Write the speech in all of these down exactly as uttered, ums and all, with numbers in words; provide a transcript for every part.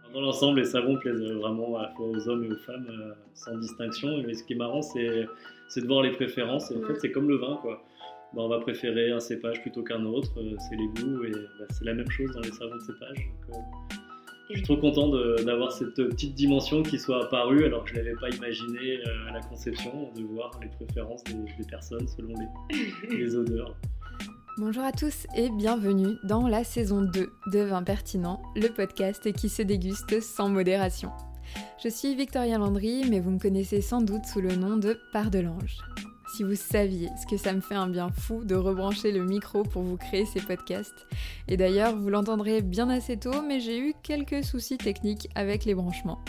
Dans l'ensemble, les savons plaisent vraiment à la fois aux hommes et aux femmes, euh, sans distinction. Mais ce qui est marrant, c'est, c'est de voir les préférences. Et en fait, c'est comme le vin, quoi. Ben, on va préférer un cépage plutôt qu'un autre. euh, C'est les goûts. Et ben, c'est la même chose dans les savons de cépage. Donc, euh, je suis trop content de, d'avoir cette petite dimension qui soit apparue, alors que je ne l'avais pas imaginé euh, à la conception, de voir les préférences des, des personnes selon les, les odeurs. Bonjour à tous et bienvenue dans la saison deux de Vin Pertinent, le podcast qui se déguste sans modération. Je suis Victoria Landry, mais vous me connaissez sans doute sous le nom de Pardelange. Si vous saviez ce que ça me fait un bien fou de rebrancher le micro pour vous créer ces podcasts. Et d'ailleurs, vous l'entendrez bien assez tôt, mais j'ai eu quelques soucis techniques avec les branchements.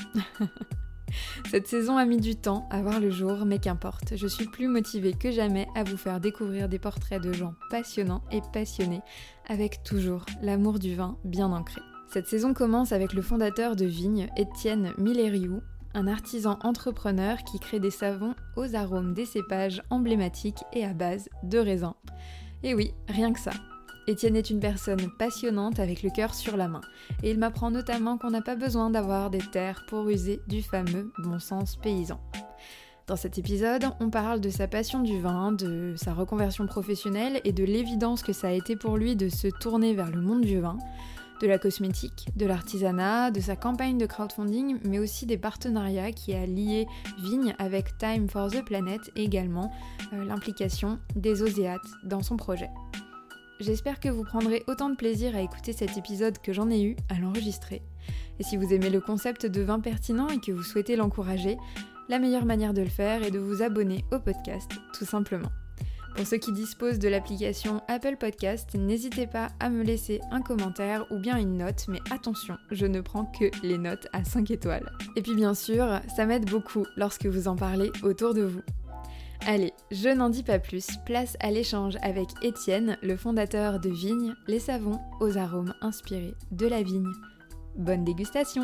Cette saison a mis du temps à voir le jour, mais qu'importe, je suis plus motivée que jamais à vous faire découvrir des portraits de gens passionnants et passionnés, avec toujours l'amour du vin bien ancré. Cette saison commence avec le fondateur de Vigne, Étienne Milleriou, un artisan entrepreneur qui crée des savons aux arômes des cépages emblématiques et à base de raisin. Et oui, rien que ça. Étienne est une personne passionnante avec le cœur sur la main, et il m'apprend notamment qu'on n'a pas besoin d'avoir des terres pour user du fameux bon sens paysan. Dans cet épisode, on parle de sa passion du vin, de sa reconversion professionnelle et de l'évidence que ça a été pour lui de se tourner vers le monde du vin, de la cosmétique, de l'artisanat, de sa campagne de crowdfunding, mais aussi des partenariats qui a lié Vigne avec Time for the Planet et également euh, l'implication des Oséates dans son projet. J'espère que vous prendrez autant de plaisir à écouter cet épisode que j'en ai eu à l'enregistrer. Et si vous aimez le concept de Vin Pertinent et que vous souhaitez l'encourager, la meilleure manière de le faire est de vous abonner au podcast, tout simplement. Pour ceux qui disposent de l'application Apple Podcast, n'hésitez pas à me laisser un commentaire ou bien une note, mais attention, je ne prends que les notes à cinq étoiles. Et puis bien sûr, ça m'aide beaucoup lorsque vous en parlez autour de vous. Allez, je n'en dis pas plus, place à l'échange avec Étienne, le fondateur de Vigne, les savons aux arômes inspirés de la vigne. Bonne dégustation!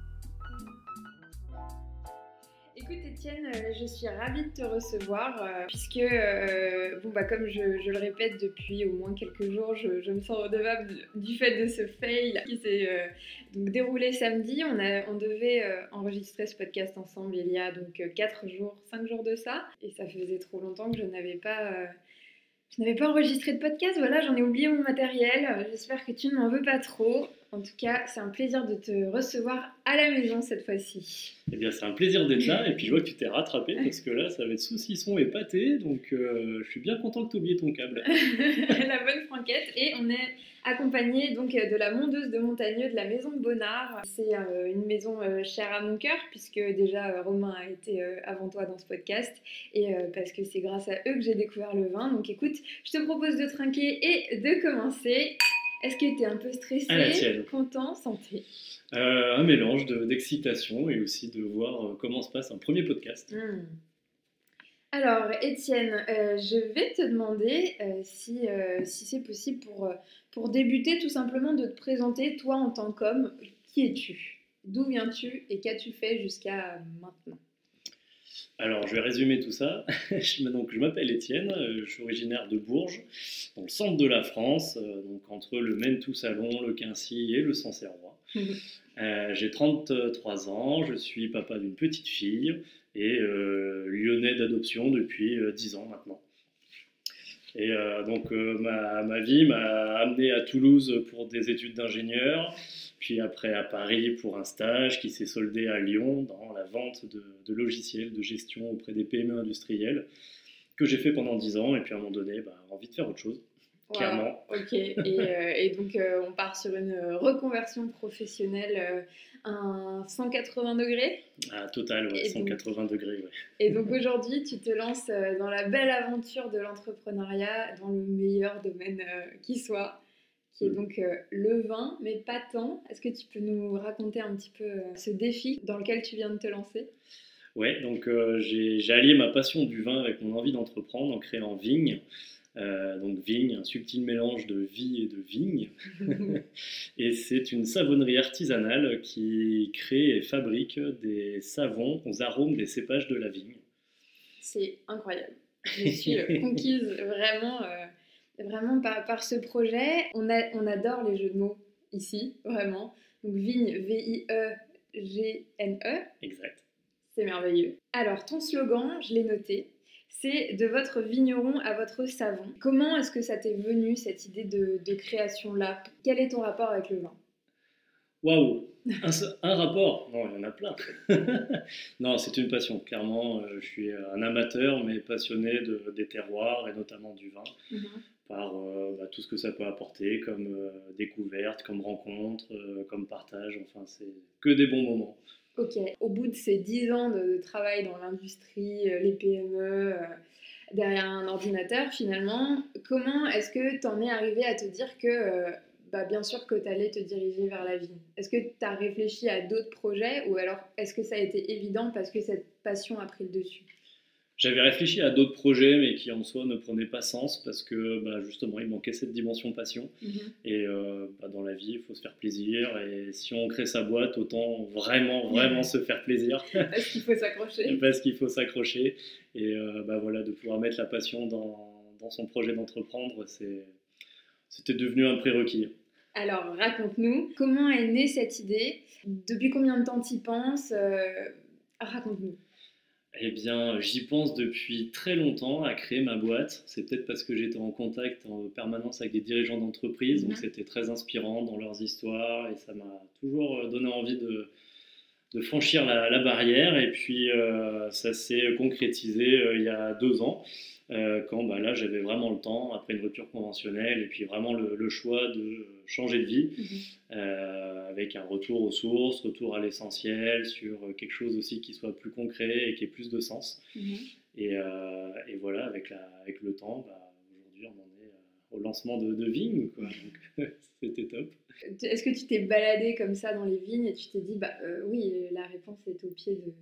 Écoute Étienne, je suis ravie de te recevoir euh, puisque, euh, bon, bah, comme je, je le répète depuis au moins quelques jours, je, je me sens redevable du fait de ce fail qui s'est euh, donc déroulé samedi. On, a, on devait euh, enregistrer ce podcast ensemble il y a donc quatre jours, cinq jours de ça, et ça faisait trop longtemps que je n'avais pas... Euh, Je n'avais pas enregistré de podcast, voilà, j'en ai oublié mon matériel. J'espère que tu ne m'en veux pas trop. En tout cas, c'est un plaisir de te recevoir à la maison cette fois-ci. Eh bien, c'est un plaisir d'être là. Et puis, je vois que tu t'es rattrapé parce que là, ça va être saucisson et pâté. Donc, euh, je suis bien content que tu aies oublié ton câble. La bonne franquette. Et on est accompagné donc de la mondeuse de Montagneux de la maison de Bonnard. C'est euh, une maison euh, chère à mon cœur puisque déjà euh, Romain a été euh, avant toi dans ce podcast et euh, parce que c'est grâce à eux que j'ai découvert le vin. Donc écoute, je te propose de trinquer et de commencer. Est-ce que tu es un peu stressé, à la tienne. Content, santé? euh, Un mélange de, d'excitation et aussi de voir euh, comment se passe un premier podcast. Mmh. Alors, Étienne, euh, je vais te demander euh, si, euh, si c'est possible pour, euh, pour débuter tout simplement de te présenter, toi en tant qu'homme, qui es-tu? D'où viens-tu et qu'as-tu fait jusqu'à maintenant? Alors, je vais résumer tout ça. Donc, je m'appelle Étienne, euh, je suis originaire de Bourges, dans le centre de la France, euh, donc entre le Maine-tout-Salon, le Quincy et le Sancerrois. euh, j'ai trente-trois ans, je suis papa d'une petite fille et euh, lyonnais d'adoption depuis euh, dix ans maintenant. Et euh, donc, euh, ma, ma vie m'a amené à Toulouse pour des études d'ingénieur, puis après à Paris pour un stage qui s'est soldé à Lyon dans la vente de, de logiciels de gestion auprès des P M E industrielles, que j'ai fait pendant dix ans, et puis à un moment donné, bah, envie de faire autre chose, wow, clairement. Ok, et, euh, et donc euh, on part sur une reconversion professionnelle, euh, un cent quatre-vingts degrés. Ah, total, ouais, et cent quatre-vingts donc, degrés, ouais. Et donc aujourd'hui, tu te lances dans la belle aventure de l'entrepreneuriat, dans le meilleur domaine euh, qui soit, qui est donc euh, le vin, mais pas tant. Est-ce que tu peux nous raconter un petit peu euh, ce défi dans lequel tu viens de te lancer? Ouais, donc euh, j'ai, j'ai allié ma passion du vin avec mon envie d'entreprendre en créant Vigne. Euh, donc Vigne, un subtil mélange de vie et de vigne. Et c'est une savonnerie artisanale qui crée et fabrique des savons aux arômes des cépages de la vigne. C'est incroyable. Je suis euh, conquise vraiment... Euh... Vraiment par, par ce projet, on, a, on adore les jeux de mots ici, vraiment. Donc vigne, V I E G N E. Exact. C'est merveilleux. Alors, ton slogan, je l'ai noté, c'est « De votre vigneron à votre savon ». Comment est-ce que ça t'est venu, cette idée de, de création-là? Quel est ton rapport avec le vin? Waouh, un, un rapport? Non, il y en a plein. Non, c'est une passion, clairement. Je suis un amateur, mais passionné de, des terroirs et notamment du vin, mm-hmm. par euh, bah, tout ce que ça peut apporter comme euh, découverte, comme rencontre, euh, comme partage. Enfin, c'est que des bons moments. Ok, au bout de ces dix ans de travail dans l'industrie, les P M E, euh, derrière un ordinateur finalement, comment est-ce que tu en es arrivé à te dire que, euh, bah, bien sûr que tu allais te diriger vers la vigne? Est-ce que tu as réfléchi à d'autres projets ou alors est-ce que ça a été évident parce que cette passion a pris le dessus? J'avais réfléchi à d'autres projets, mais qui en soi ne prenaient pas sens parce que bah, justement, il manquait cette dimension passion. Mm-hmm. Et euh, bah, dans la vie, il faut se faire plaisir. Et si on crée sa boîte, autant vraiment, vraiment se faire plaisir. Parce qu'il faut s'accrocher. Parce qu'il faut s'accrocher. Et euh, bah, voilà, de pouvoir mettre la passion dans, dans son projet d'entreprendre, c'est, c'était devenu un prérequis. Alors, raconte-nous, comment est née cette idée? Depuis combien de temps t'y penses? euh, Raconte-nous. Eh bien, j'y pense depuis très longtemps à créer ma boîte. C'est peut-être parce que j'étais en contact en permanence avec des dirigeants d'entreprise, mmh. donc c'était très inspirant dans leurs histoires et ça m'a toujours donné envie de, de franchir la, la barrière. Et puis, euh, ça s'est concrétisé euh, il y a deux ans, euh, quand bah, là, j'avais vraiment le temps, après une rupture conventionnelle, et puis vraiment le, le choix de changer de vie, mmh. euh, avec un retour aux sources, retour à l'essentiel, sur quelque chose aussi qui soit plus concret et qui ait plus de sens. Mmh. Et, euh, et voilà, avec, la, avec le temps, bah, aujourd'hui, on en est au lancement de, de vignes, quoi. Donc c'était top. Est-ce que tu t'es baladé comme ça dans les vignes et tu t'es dit, bah euh, oui, la réponse est au pied de...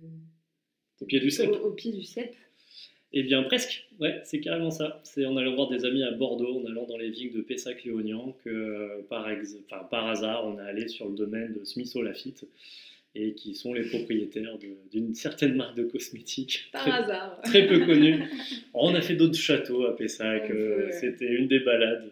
Au pied du cep. Au, au pied du cep. Eh bien, presque, ouais, c'est carrément ça. C'est en allant voir des amis à Bordeaux, en allant dans les vignes de Pessac-Léognan, que par, ex... enfin, par hasard, on est allé sur le domaine de Smith-Lafitte, et qui sont les propriétaires de, d'une certaine marque de cosmétiques. Par très, hasard. Très peu connue. On a fait d'autres châteaux à Pessac, euh, c'était une des balades.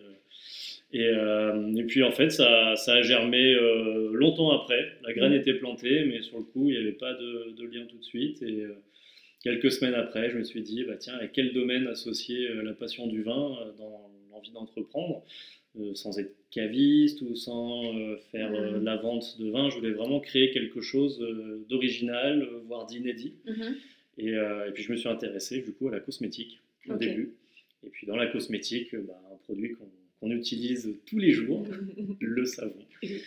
Et, euh, et puis en fait, ça, ça a germé euh, longtemps après. La graine mmh. était plantée, mais sur le coup, il n'y avait pas de, de lien tout de suite. Et euh, quelques semaines après, je me suis dit, bah, tiens, à quel domaine associer euh, la passion du vin euh, dans l'envie d'entreprendre, euh, sans être caviste ou sans euh, faire mmh. euh, la vente de vin. Je voulais vraiment créer quelque chose euh, d'original, euh, voire d'inédit. Mmh. Et, euh, et puis je me suis intéressé du coup à la cosmétique au okay. début. Et puis dans la cosmétique, bah, un produit qu'on on utilise tous les jours, le savon.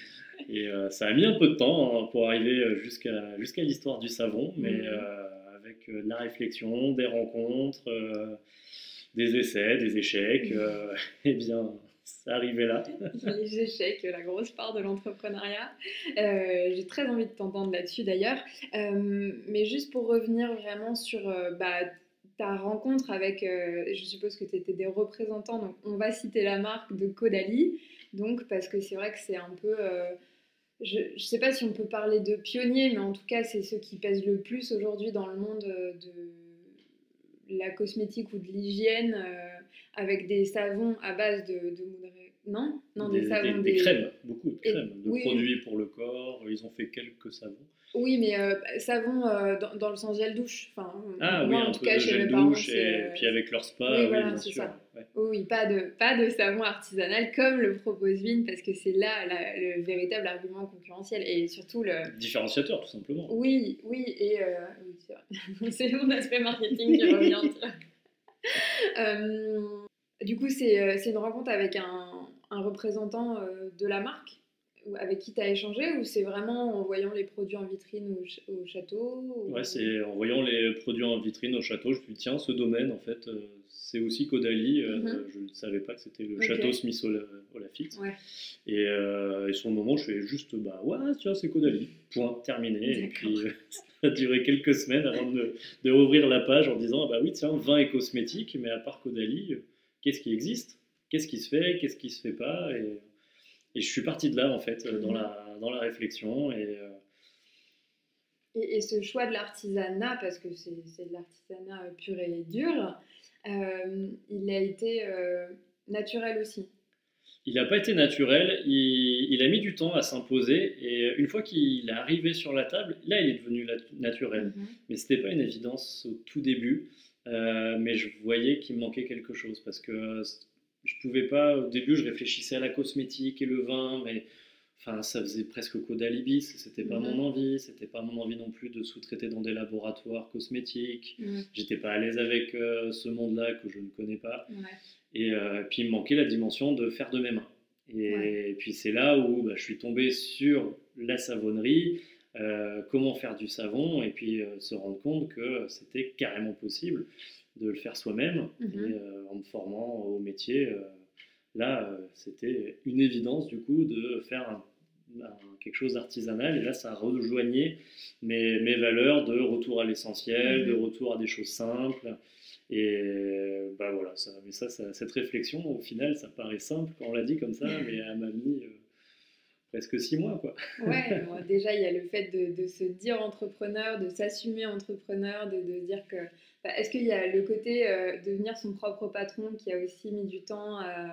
Et euh, ça a mis un peu de temps hein, pour arriver jusqu'à, jusqu'à l'histoire du savon, mais mmh. euh, avec euh, de la réflexion, des rencontres, euh, des essais, des échecs, euh, eh bien, c'est arrivé là. Les échecs, la grosse part de l'entrepreneuriat. Euh, j'ai très envie de t'entendre là-dessus d'ailleurs. Euh, mais juste pour revenir vraiment sur... Euh, bah, ta rencontre avec, euh, je suppose que tu étais des représentants, donc on va citer la marque de Caudalie, donc parce que c'est vrai que c'est un peu, euh, je ne sais pas si on peut parler de pionniers, mais en tout cas c'est ceux qui pèsent le plus aujourd'hui dans le monde de la cosmétique ou de l'hygiène, euh, avec des savons à base de, de moudre... Non, non des, des savons, des, des, des crèmes, beaucoup de crèmes, Et, de oui, produits pour le corps, ils ont fait quelques savons. Oui, mais euh, savon euh, dans, dans le sens gel douche. Enfin, ah moi, oui, en tout cas, chez mes parents, c'est... et puis avec leur spa, oui, oui, voilà, bien c'est sûr. Ça. Ouais. Oui, pas de, pas de savon artisanal comme le propose Vigne, parce que c'est là la, le véritable argument concurrentiel et surtout le... différenciateur, tout simplement. Oui, oui, et... Euh, oui, c'est vrai. C'est mon aspect marketing qui revient. euh, du coup, c'est, c'est une rencontre avec un, un représentant euh, de la marque avec qui tu as échangé, ou c'est vraiment en voyant les produits en vitrine au, ch- au château ou... Ouais, c'est en voyant les produits en vitrine au château, je me suis dit, tiens, ce domaine, en fait, euh, c'est aussi Caudalie. Euh, mm-hmm. Je ne savais pas que c'était le okay. château Smith-Lafitte. Ouais. Et, euh, et sur le moment, je fais juste, bah ouais, tiens, c'est Caudalie. Point, terminé. D'accord. Et puis, euh, ça a duré quelques semaines avant de, de rouvrir la page en disant, ah bah oui, tiens, vin et cosmétique, mais à part Caudalie, euh, qu'est-ce qui existe? Qu'est-ce qui se fait? Qu'est-ce qui se fait pas? Et, Et je suis parti de là, en fait, mmh. dans, la, dans la réflexion. Et, euh... et, et ce choix de l'artisanat, parce que c'est, c'est de l'artisanat pur et dur, euh, il a été euh, naturel aussi. Il n'a pas été naturel, il, il a mis du temps à s'imposer et une fois qu'il est arrivé sur la table, là il est devenu la- naturel. Mhm. Mais ce n'était pas une évidence au tout début, euh, mais je voyais qu'il me manquait quelque chose parce que euh, je pouvais pas, au début je réfléchissais à la cosmétique et le vin, mais enfin, ça faisait presque qu'au d'alibis, c'était pas Mhm. mon envie, c'était pas mon envie non plus de sous-traiter dans des laboratoires cosmétiques. Mhm. J'étais pas à l'aise avec euh, ce monde-là que je ne connais pas. Ouais. Et euh, puis il me manquait la dimension de faire de mes mains. Et, Ouais. et puis c'est là où bah, je suis tombé sur la savonnerie, euh, comment faire du savon, et puis euh, se rendre compte que c'était carrément possible de le faire soi-même. Mhm. Et euh, en me formant au métier, euh, là euh, c'était une évidence du coup de faire un, un- quelque chose d'artisanal. Et là ça rejoignait mes, mes valeurs de retour à l'essentiel, de Mhm. retour à des choses simples. Et bah voilà, ça, mais ça, ça- cette réflexion, au final, ça paraît simple quand on l'a dit comme ça, mais elle m'a mis euh, presque six mois, quoi. Ouais, bon, déjà il y a le fait de, de se dire entrepreneur, de s'assumer entrepreneur, de, de dire que... Enfin, est-ce qu'il y a le côté euh, devenir son propre patron qui a aussi mis du temps à,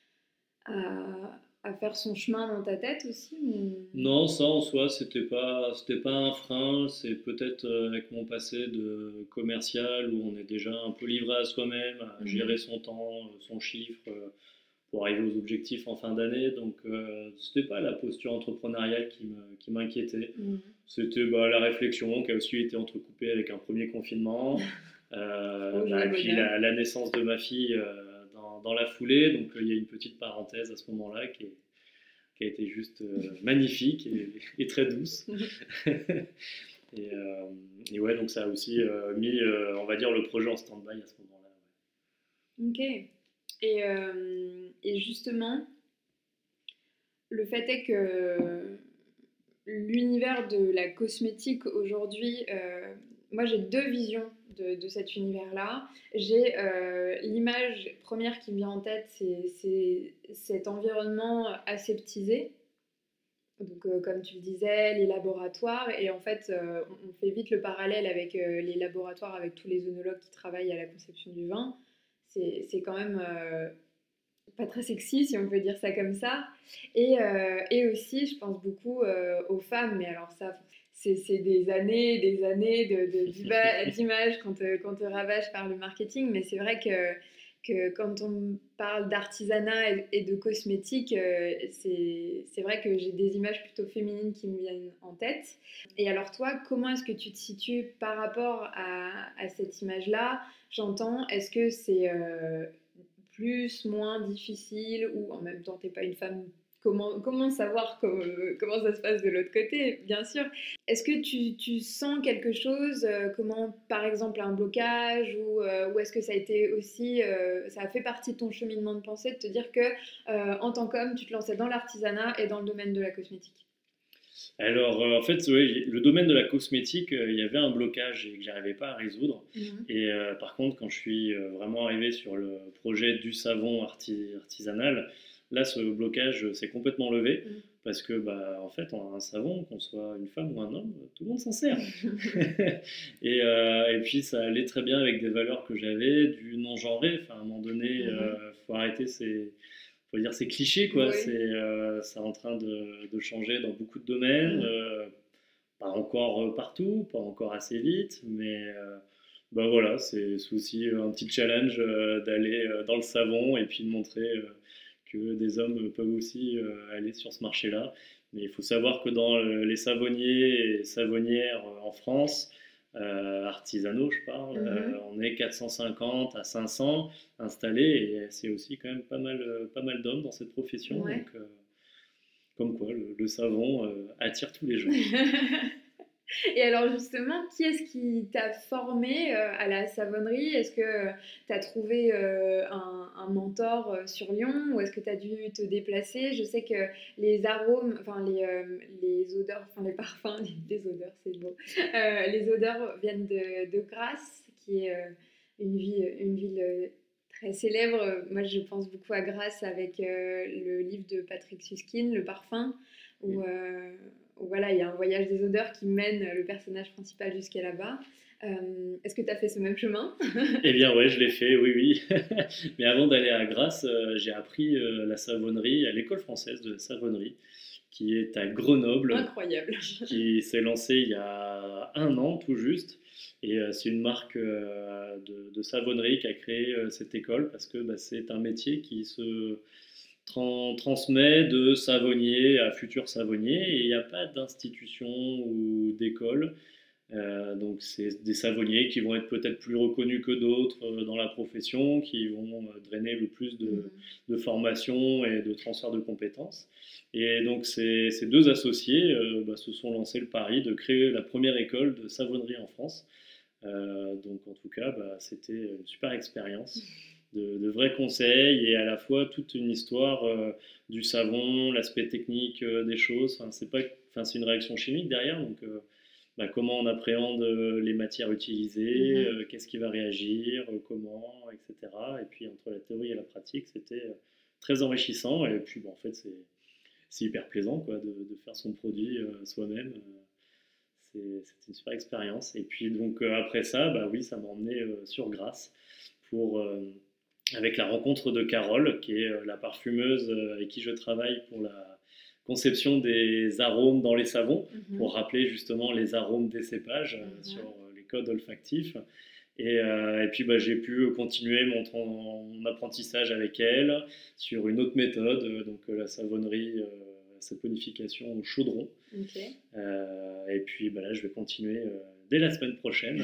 à, à faire son chemin dans ta tête aussi ou... Non, ça en soi, c'était pas, c'était pas un frein. C'est peut-être euh, avec mon passé de commercial où on est déjà un peu livré à soi-même, à Mhm. gérer son temps, euh, son chiffre, euh, pour arriver aux objectifs en fin d'année. Donc, euh, c'était pas la posture entrepreneuriale qui me, qui m'inquiétait. Mhm. C'était bah, la réflexion qui a aussi été entrecoupée avec un premier confinement, euh, Projet bah, et et puis bonheur. la, la naissance de ma fille euh, dans, dans la foulée. Donc, euh, il y a une petite parenthèse à ce moment-là qui est qui a été juste euh, magnifique et, et très douce. et, euh, et ouais, donc ça a aussi euh, mis, euh, on va dire, le projet en stand-by à ce moment-là. Ok. Et, euh, et justement, le fait est que l'univers de la cosmétique aujourd'hui, euh, moi j'ai deux visions de, de cet univers-là. J'ai euh, l'image première qui me vient en tête, c'est, c'est cet environnement aseptisé. Donc, euh, comme tu le disais, les laboratoires, et en fait, euh, on, on fait vite le parallèle avec euh, les laboratoires, avec tous les œnologues qui travaillent à la conception du vin. C'est, c'est quand même euh, pas très sexy, si on peut dire ça comme ça. Et, euh, et aussi, je pense beaucoup euh, aux femmes, mais alors ça, c'est, c'est des années, des années de, de, d'iba- d'images qu'on te, qu'on te ravage par le marketing, mais c'est vrai que, que quand on parle d'artisanat et, et de cosmétique, euh, c'est, c'est vrai que j'ai des images plutôt féminines qui me viennent en tête. Et alors toi, comment est-ce que tu te situes par rapport à, à cette image-là? J'entends, est-ce que c'est... euh, plus, moins difficile, ou en même temps t'es pas une femme, comment, comment savoir comment, comment ça se passe de l'autre côté, bien sûr. Est-ce que tu, tu sens quelque chose, euh, comment par exemple un blocage, ou, euh, ou est-ce que ça a été aussi, euh, ça a fait partie de ton cheminement de pensée de te dire que euh, en tant qu'homme tu te lançais dans l'artisanat et dans le domaine de la cosmétique? Alors, euh, en fait, ouais, le domaine de la cosmétique, euh, il y avait un blocage et que j'arrivais pas à résoudre. Mhm. Et euh, par contre, quand je suis euh, vraiment arrivé sur le projet du savon arti- artisanal, là, ce blocage euh, s'est complètement levé Mhm. parce que, bah, en fait, un savon, qu'on soit une femme ou un homme, tout le monde s'en sert. et, euh, et puis, ça allait très bien avec des valeurs que j'avais, du non-genré. Enfin, à un moment donné, il Mhm. faut arrêter ces faut dire c'est cliché quoi, Oui. c'est euh, c'est en train de, de changer dans beaucoup de domaines, Mhm. euh, pas encore euh, partout, pas encore assez vite, mais euh, bah voilà, c'est c'est aussi un petit challenge euh, d'aller euh, dans le savon et puis de montrer euh, que des hommes peuvent aussi euh, aller sur ce marché-là. Mais il faut savoir que dans le- les savonniers et savonnières euh, en France, euh, artisanaux je parle, euh, Mhm. on est quatre cent cinquante à cinq cents installés et c'est aussi quand même pas mal, euh, pas mal d'hommes dans cette profession. Ouais. Donc, euh, comme quoi, le, le savon euh, attire tous les gens. Et alors justement, qui est-ce qui t'a formé euh, à la savonnerie? Est-ce que tu as trouvé euh, un, un mentor euh, sur Lyon ou est-ce que tu as dû te déplacer? Je sais que les arômes, enfin les, euh, les odeurs, enfin les parfums, les, les odeurs, c'est beau. Euh, les odeurs viennent de, de Grasse, qui est euh, une ville, une ville euh, très célèbre. Moi, je pense beaucoup à Grasse avec euh, le livre de Patrick Suskind, Le Parfum, où, Oui. euh, où voilà, il y a un voyage des odeurs qui mène le personnage principal jusqu'à là-bas. Euh, est-ce que tu as fait ce même chemin? Eh bien ouais, je l'ai fait, oui, oui. Mais avant d'aller à Grasse, euh, j'ai appris euh, la savonnerie à l'école française de savonnerie, qui est à Grenoble, Incroyable. qui s'est lancée il y a un an tout juste. Et euh, c'est une marque euh, de, de savonnerie qui a créé euh, cette école parce que bah, c'est un métier qui se tran- transmet de savonnier à futur savonnier et il n'y a pas d'institution ou d'école. Euh, donc c'est des savonniers qui vont être peut-être plus reconnus que d'autres euh, dans la profession, qui vont euh, drainer le plus de, Mhm. de formation et de transfert de compétences. Et donc ces, ces deux associés euh, bah, se sont lancés le pari de créer la première école de savonnerie en France. Euh, donc en tout cas, bah, c'était une super expérience. De, de vrais conseils et à la fois toute une histoire euh, du savon, l'aspect technique euh, des choses. Enfin, c'est pas, enfin, c'est une réaction chimique derrière, donc euh, bah, comment on appréhende euh, les matières utilisées, Mhm. euh, qu'est-ce qui va réagir, euh, comment, et cetera. Et puis entre la théorie et la pratique, c'était euh, très enrichissant. Et puis bon, en fait, c'est, c'est hyper plaisant quoi, de, de faire son produit euh, soi-même. Euh, c'est, c'est une super expérience. Et puis donc euh, après ça, bah oui, ça m'a emmené euh, sur Grasse pour euh, avec la rencontre de Carole, qui est euh, la parfumeuse euh, avec qui je travaille pour la conception des arômes dans les savons, Mhm. pour rappeler justement les arômes des cépages euh, Mhm. sur euh, les codes olfactifs. Et, euh, et puis bah, j'ai pu continuer mon, mon, apprentissage avec elle sur une autre méthode, euh, donc euh, la savonnerie, euh, la saponification au chaudron. Okay. Euh, et puis bah, là, je vais continuer euh, dès la semaine prochaine.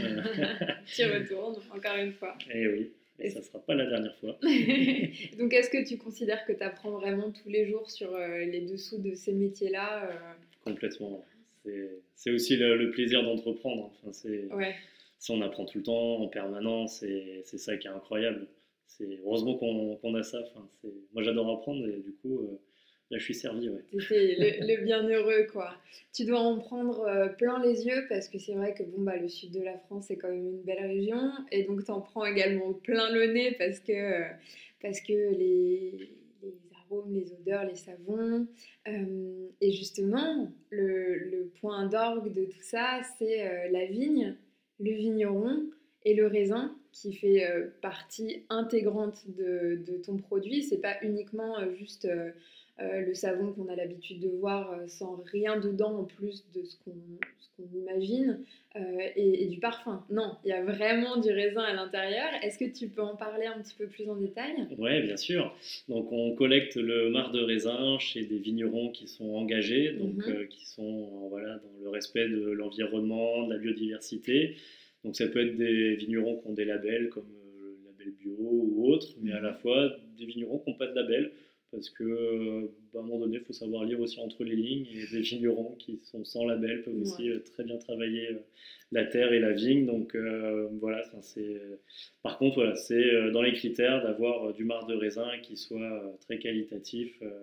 Tu retournes, encore une fois. Et oui. Et ça ne sera pas la dernière fois. Donc, est-ce que tu considères que tu apprends vraiment tous les jours sur euh, les dessous de ces métiers-là euh... Complètement. C'est, c'est aussi le, le plaisir d'entreprendre. Enfin, c'est, ouais. Si on apprend tout le temps, en permanence, et c'est ça qui est incroyable. C'est, heureusement qu'on, qu'on a ça. Enfin, c'est, moi, j'adore apprendre et du coup, euh, là, je suis servi. Ouais. C'était le, le bienheureux, quoi. Tu dois en prendre euh, plein les yeux parce que c'est vrai que bon, bah, le sud de la France, c'est quand même une belle région. Et donc, tu en prends également plein le nez parce que, euh, parce que les, les arômes, les odeurs, les savons. Euh, et justement, le, le point d'orgue de tout ça, c'est euh, la vigne, le vigneron et le raisin qui fait euh, partie intégrante de, de ton produit. C'est pas uniquement euh, juste... Euh, Euh, le savon qu'on a l'habitude de voir euh, sans rien dedans en plus de ce qu'on, ce qu'on imagine, euh, et, et du parfum. Non, il y a vraiment du raisin à l'intérieur. Est-ce que tu peux en parler un petit peu plus en détail? Oui, bien sûr. Donc on collecte le marc de raisin chez des vignerons qui sont engagés, donc Mhm. euh, qui sont euh, voilà, dans le respect de l'environnement, de la biodiversité. Donc ça peut être des vignerons qui ont des labels comme euh, le label bio ou autre, mais à la fois des vignerons qui n'ont pas de label. Parce que, bah, à un moment donné, il faut savoir lire aussi entre les lignes. Et des vignerons qui sont sans label peuvent aussi Ouais. euh, très bien travailler euh, la terre et la vigne. Donc euh, voilà, c'est... Par contre, voilà, c'est euh, dans les critères d'avoir euh, du marc de raisin qui soit euh, très qualitatif euh,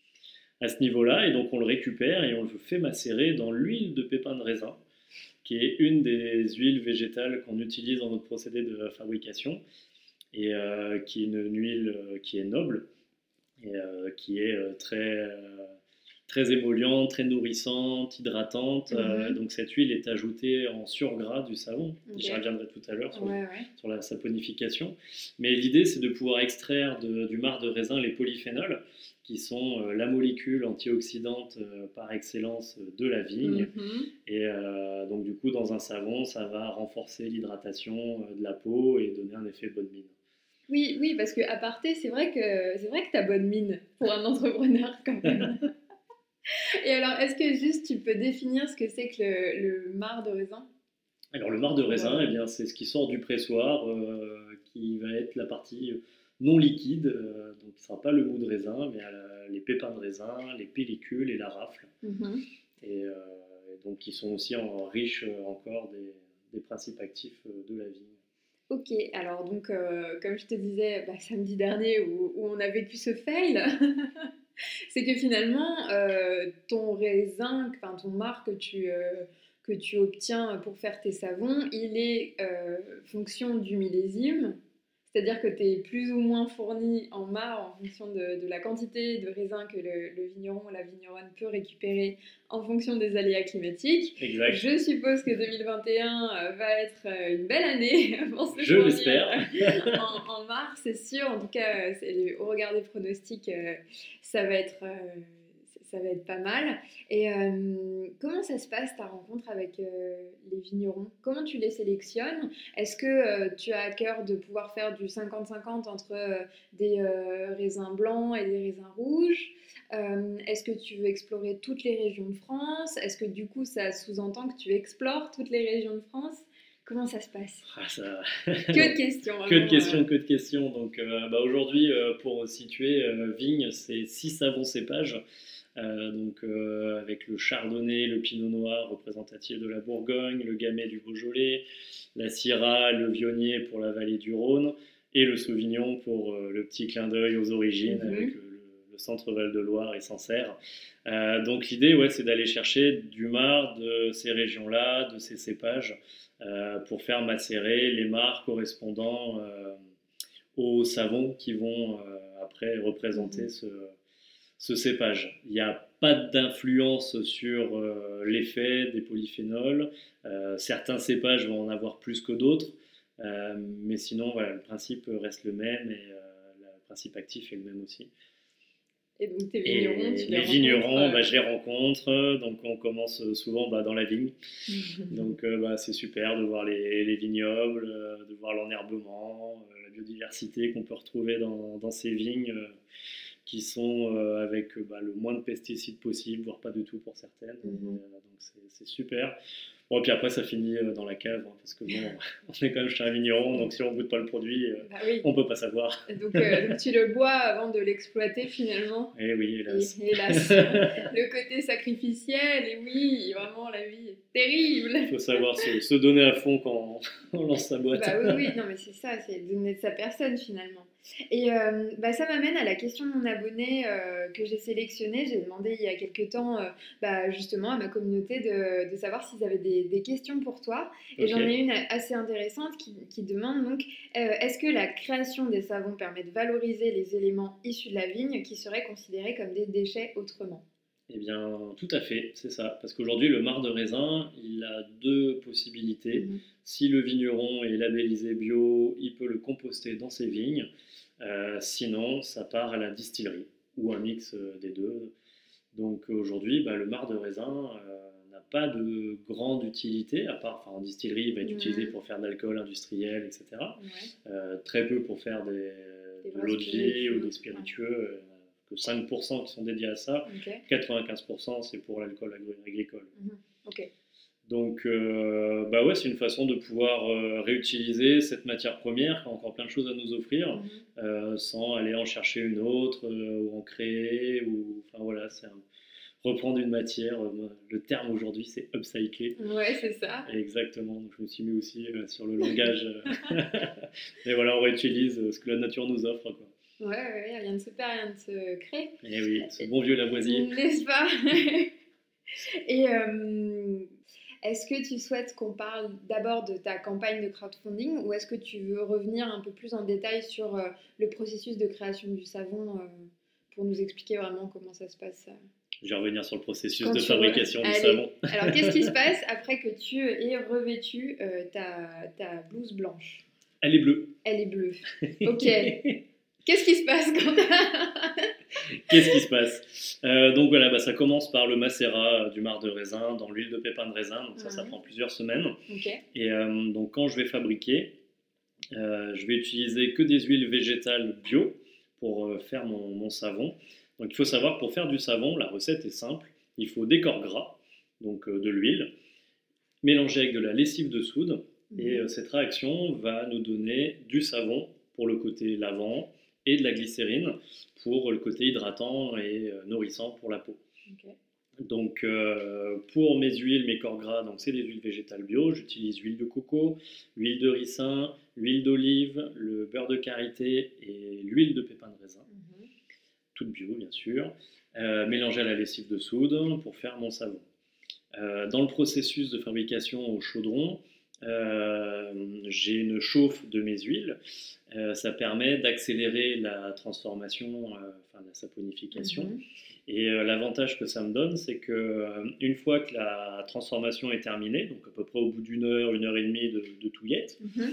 à ce niveau-là. Et donc on le récupère et on le fait macérer dans l'huile de pépins de raisin, qui est une des huiles végétales qu'on utilise dans notre procédé de fabrication et euh, qui est une huile euh, qui est noble et euh, qui est euh, très, euh, très émolliente, très nourrissante, hydratante. Mhm. Euh, donc cette huile est ajoutée en surgras du savon. Ok. J'y reviendrai tout à l'heure sur, Ouais, ouais. sur la saponification. Mais l'idée, c'est de pouvoir extraire de- du marc de raisin les polyphénols, qui sont euh, la molécule antioxydante euh, par excellence de la vigne. Mhm. Et euh, donc du coup, dans un savon, ça va renforcer l'hydratation euh, de la peau et donner un effet bonne mine. Oui, oui, parce que à parté, c'est vrai que c'est vrai que t'as bonne mine pour un entrepreneur quand même. Et alors, est-ce que juste tu peux définir ce que c'est que le, le marc de raisin? Alors le marc de raisin, Ouais. eh bien, c'est ce qui sort du pressoir, euh, qui va être la partie non liquide, euh, donc qui ne sera pas le mou de raisin, mais euh, les pépins de raisin, les pellicules et la rafle. Mhm. Et, euh, et donc qui sont aussi en, riches encore des, des principes actifs de la vigne. Ok, alors donc euh, comme je te disais bah, samedi dernier où, où on a vécu ce fail, c'est que finalement euh, ton raisin, enfin ton marc que tu, euh, que tu obtiens pour faire tes savons, il est euh, fonction du millésime. C'est-à-dire que tu es plus ou moins fourni en marc en fonction de, de la quantité de raisin que le, le vigneron ou la vigneronne peut récupérer en fonction des aléas climatiques. Exact. Je suppose que deux mille vingt et un va être une belle année pour se Je fournir l'espère. en, en marc, c'est sûr. En tout cas, c'est, au regard des pronostics, ça va être... ça va être pas mal. Et euh, comment ça se passe ta rencontre avec euh, les vignerons? Comment tu les sélectionnes? Est-ce que euh, tu as à cœur de pouvoir faire du cinquante cinquante entre euh, des euh, raisins blancs et des raisins rouges? euh, Est-ce que tu veux explorer toutes les régions de France? Est-ce que du coup ça sous-entend que tu explores toutes les régions de France? Comment ça se passe? Ah, ça... Que de questions. Que de questions, euh... que de questions. Donc euh, bah, aujourd'hui, euh, pour situer, euh, Vigne, c'est six savons cépages. Euh, donc euh, avec le chardonnay, le pinot noir représentatif de la Bourgogne, le gamay du Beaujolais, la syrah, le viognier pour la vallée du Rhône et le sauvignon pour euh, le petit clin d'œil aux origines mm-hmm. avec le, le centre Val-de-Loire et Sancerre. Euh, donc l'idée, ouais, c'est d'aller chercher du marc de ces régions-là, de ces cépages, euh, pour faire macérer les marcs correspondant euh, aux savons qui vont euh, après représenter mm-hmm. ce ce cépage. Il n'y a pas d'influence sur euh, l'effet des polyphénols. Euh, certains cépages vont en avoir plus que d'autres, euh, mais sinon, voilà, le principe reste le même et euh, le principe actif est le même aussi. Et donc tes vignerons, et tu les les vignerons, euh... bah, je les rencontre, donc on commence souvent bah, dans la vigne. Donc euh, bah, c'est super de voir les, les vignobles, de voir l'enherbement, euh, la biodiversité qu'on peut retrouver dans, dans ces vignes. Euh, qui sont euh, avec euh, bah, le moins de pesticides possible, voire pas du tout pour certaines. Mm-hmm. Et, euh, donc c'est, c'est super. Bon, puis après, ça finit euh, dans la cave, hein, parce que bon, on est quand même chez un vigneron, donc si on ne goûte pas le produit, euh, bah oui. on ne peut pas savoir. Donc, euh, donc tu le bois avant de l'exploiter finalement. Eh oui, hélas. Et, hélas. Le côté sacrificiel, et oui, vraiment, la vie est terrible. Il faut savoir se, se donner à fond quand on lance sa boîte. Bah oui, oui, non mais c'est ça, c'est donner de sa personne finalement. Et euh, bah, ça m'amène à la question de mon abonné euh, que j'ai sélectionné. J'ai demandé il y a quelques temps euh, bah, justement à ma communauté de, de savoir s'ils avaient des, des questions pour toi. Et okay. J'en ai une assez intéressante qui, qui demande donc euh, est-ce que la création des savons permet de valoriser les éléments issus de la vigne qui seraient considérés comme des déchets autrement? Eh bien, tout à fait, c'est ça. Parce qu'aujourd'hui, le marc de raisin, il a deux possibilités. Mmh. Si le vigneron est labellisé bio, il peut le composter dans ses vignes. Euh, sinon, ça part à la distillerie ou un mix des deux. Donc aujourd'hui, bah, le marc de raisin euh, n'a pas de grande utilité, à part enfin, en distillerie, il va être mmh. utilisé pour faire de l'alcool industriel, et cetera. Ouais. Euh, très peu pour faire des, des de l'eau de vie ou des spiritueux. Ouais. Que cinq pour cent qui sont dédiés à ça, okay. quatre-vingt-quinze pour cent c'est pour l'alcool agricole. Mmh. Okay. Donc, euh, bah ouais, c'est une façon de pouvoir euh, réutiliser cette matière première qui a encore plein de choses à nous offrir, mmh. euh, sans aller en chercher une autre euh, ou en créer. Ou, enfin voilà, c'est un, reprendre une matière. Euh, le terme aujourd'hui, c'est upcycler. Ouais, c'est ça. Et exactement. Donc, je me suis mis aussi euh, sur le langage. Et voilà, on réutilise ce que la nature nous offre, quoi. Ouais, ouais, rien ne se perd, rien ne se crée. Eh oui, ce bon vieux Lavoisier. N'est-ce pas? Et euh, est-ce que tu souhaites qu'on parle d'abord de ta campagne de crowdfunding ou est-ce que tu veux revenir un peu plus en détail sur euh, le processus de création du savon euh, pour nous expliquer vraiment comment ça se passe? euh... Je vais revenir sur le processus Quand de fabrication re... du Allez. savon. Alors, qu'est-ce qui se passe après que tu aies revêtu euh, ta, ta blouse blanche? Elle est bleue. Elle est bleue. Ok. Qu'est-ce qui se passe quand Qu'est-ce qui se passe euh, Donc voilà, bah, ça commence par le macérat du marc de raisin dans l'huile de pépins de raisin. Donc ça, ouais. ça prend plusieurs semaines. Okay. Et euh, donc quand je vais fabriquer, euh, je vais utiliser que des huiles végétales bio pour euh, faire mon, mon savon. Donc il faut savoir que pour faire du savon, la recette est simple. Il faut des corps gras, donc euh, de l'huile, mélangée avec de la lessive de soude. Mmh. Et euh, cette réaction va nous donner du savon pour le côté lavant, et de la glycérine pour le côté hydratant et euh, nourrissant pour la peau. Okay. Donc euh, pour mes huiles, mes corps gras, donc c'est des huiles végétales bio, j'utilise l'huile de coco, l'huile de ricin, l'huile d'olive, le beurre de karité et l'huile de pépins de raisin, mm-hmm. toute bio bien sûr, euh, mélangée à la lessive de soude pour faire mon savon. Euh, dans le processus de fabrication au chaudron, euh, j'ai une chauffe de mes huiles. Euh, ça permet d'accélérer la transformation, euh, enfin la saponification. Mhm. Et euh, l'avantage que ça me donne, c'est que euh, une fois que la transformation est terminée, donc à peu près au bout d'une heure, une heure et demie de, de touillette, Mhm.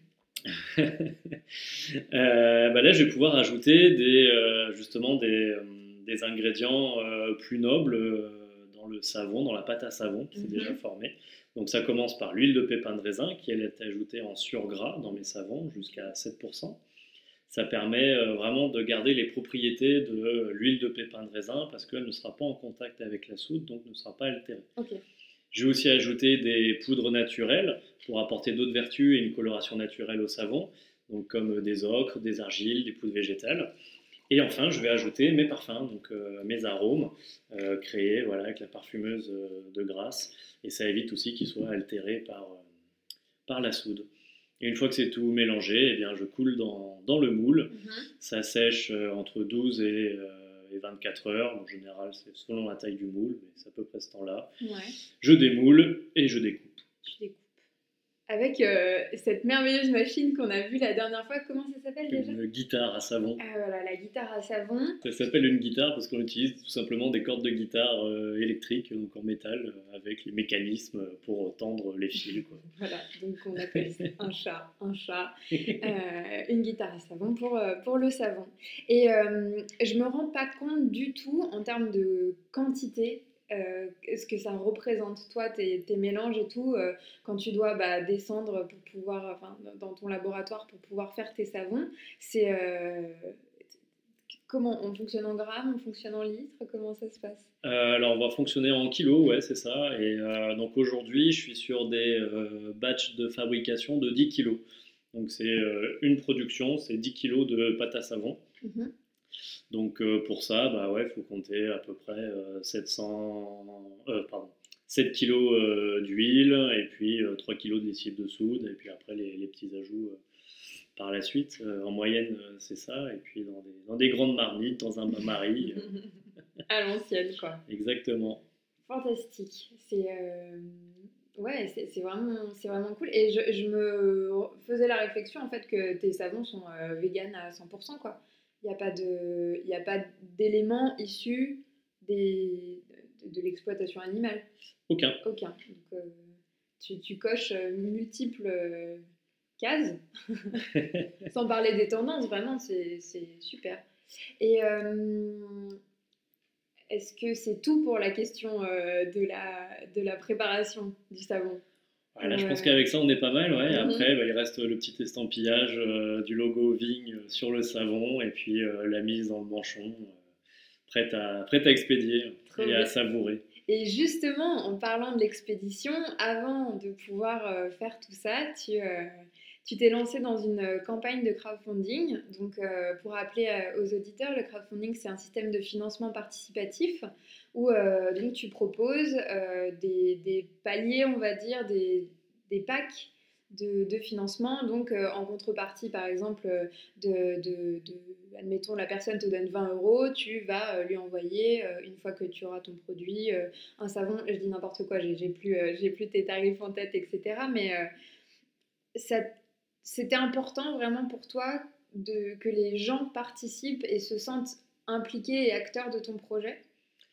euh, bah là je vais pouvoir ajouter des, euh, justement des, euh, des ingrédients euh, plus nobles euh, dans le savon, dans la pâte à savon qui s'est Mhm. déjà formée. Donc ça commence par l'huile de pépin de raisin qui elle est ajoutée en surgras dans mes savons jusqu'à sept pour cent. Ça permet euh, vraiment de garder les propriétés de euh, l'huile de pépin de raisin parce qu'elle ne sera pas en contact avec la soude, donc ne sera pas altérée. Ok. J'ai aussi ajouté des poudres naturelles pour apporter d'autres vertus et une coloration naturelle au savon, donc comme des ocres, des argiles, des poudres végétales. Et enfin, je vais ajouter mes parfums, donc euh, mes arômes euh, créés voilà, avec la parfumeuse euh, de Grasse. Et ça évite aussi qu'ils soient altérés par, euh, par la soude. Et une fois que c'est tout mélangé, eh bien, je coule dans, dans le moule. Mhm. Ça sèche euh, entre douze et, euh, et vingt-quatre heures. En général, c'est selon la taille du moule, mais c'est à peu près ce temps-là. Ouais. Je démoule et je découpe. Tu découpes. Avec euh, cette merveilleuse machine qu'on a vue la dernière fois, comment ça s'appelle déjà? Une guitare à savon. Ah voilà, la guitare à savon. Ça s'appelle une guitare parce qu'on utilise tout simplement des cordes de guitare euh, électriques, donc en métal, euh, avec les mécanismes pour tendre les fils. Quoi. Voilà, donc on appelle ça un chat, un chat, euh, une guitare à savon pour, euh, pour le savon. Et euh, je me rends pas compte du tout en termes de quantité. Euh, ce que ça représente, toi, tes, tes mélanges et tout, euh, quand tu dois bah, descendre pour pouvoir, enfin, dans ton laboratoire pour pouvoir faire tes savons, c'est euh, comment on fonctionne en grammes, on fonctionne en litres, comment ça se passe? Euh, alors on va fonctionner en kilos, ouais, c'est ça. Et euh, donc aujourd'hui, je suis sur des euh, batchs de fabrication de dix kilos. Donc c'est euh, une production, c'est dix kilos de pâte à savon. Mm-hmm. Donc euh, pour ça, bah ouais, faut compter à peu près euh, sept cents, euh, pardon, sept kilos euh, d'huile et puis euh, trois kilos de lessive de soude et puis après les, les petits ajouts euh, par la suite. Euh, en moyenne, euh, c'est ça. Et puis dans des, dans des grandes marmites, dans un bain-marie. Euh, À l'ancienne, quoi. exactement. Fantastique. C'est euh, ouais, c'est c'est vraiment, c'est vraiment cool. Et je, je me faisais la réflexion en fait que tes savons sont euh, vegan à cent pour cent quoi. Il n'y a pas de, il y a pas d'éléments issus des, de, de l'exploitation animale. Aucun. Aucun. Donc euh, tu, tu coches euh, multiples euh, cases. Sans parler des tendances, vraiment, c'est c'est super. Et euh, est-ce que c'est tout pour la question euh, de, la, de la préparation du savon? Voilà, je Ouais. pense qu'avec ça, on est pas mal. Ouais. Mhm. Après, bah, il reste le petit estampillage euh, du logo Vigne sur le savon et puis euh, la mise dans le manchon, euh, prête, à, prête à expédier Trop et bien. à savourer. Et justement, en parlant de l'expédition, avant de pouvoir euh, faire tout ça, tu euh, tu t'es lancé dans une euh, campagne de crowdfunding. Donc, euh, pour rappeler euh, aux auditeurs, le crowdfunding, c'est un système de financement participatif où euh, donc, tu proposes euh, des, des paliers, on va dire, des, des packs de, de financement. Donc, euh, en contrepartie, par exemple, de, de, de, admettons, la personne te donne vingt euros, tu vas euh, lui envoyer, euh, une fois que tu auras ton produit, euh, un savon, je dis n'importe quoi, j'ai, j'ai, plus, euh, j'ai plus tes tarifs en tête, et cetera. Mais euh, ça, c'était important vraiment pour toi de, que les gens participent et se sentent impliqués et acteurs de ton projet?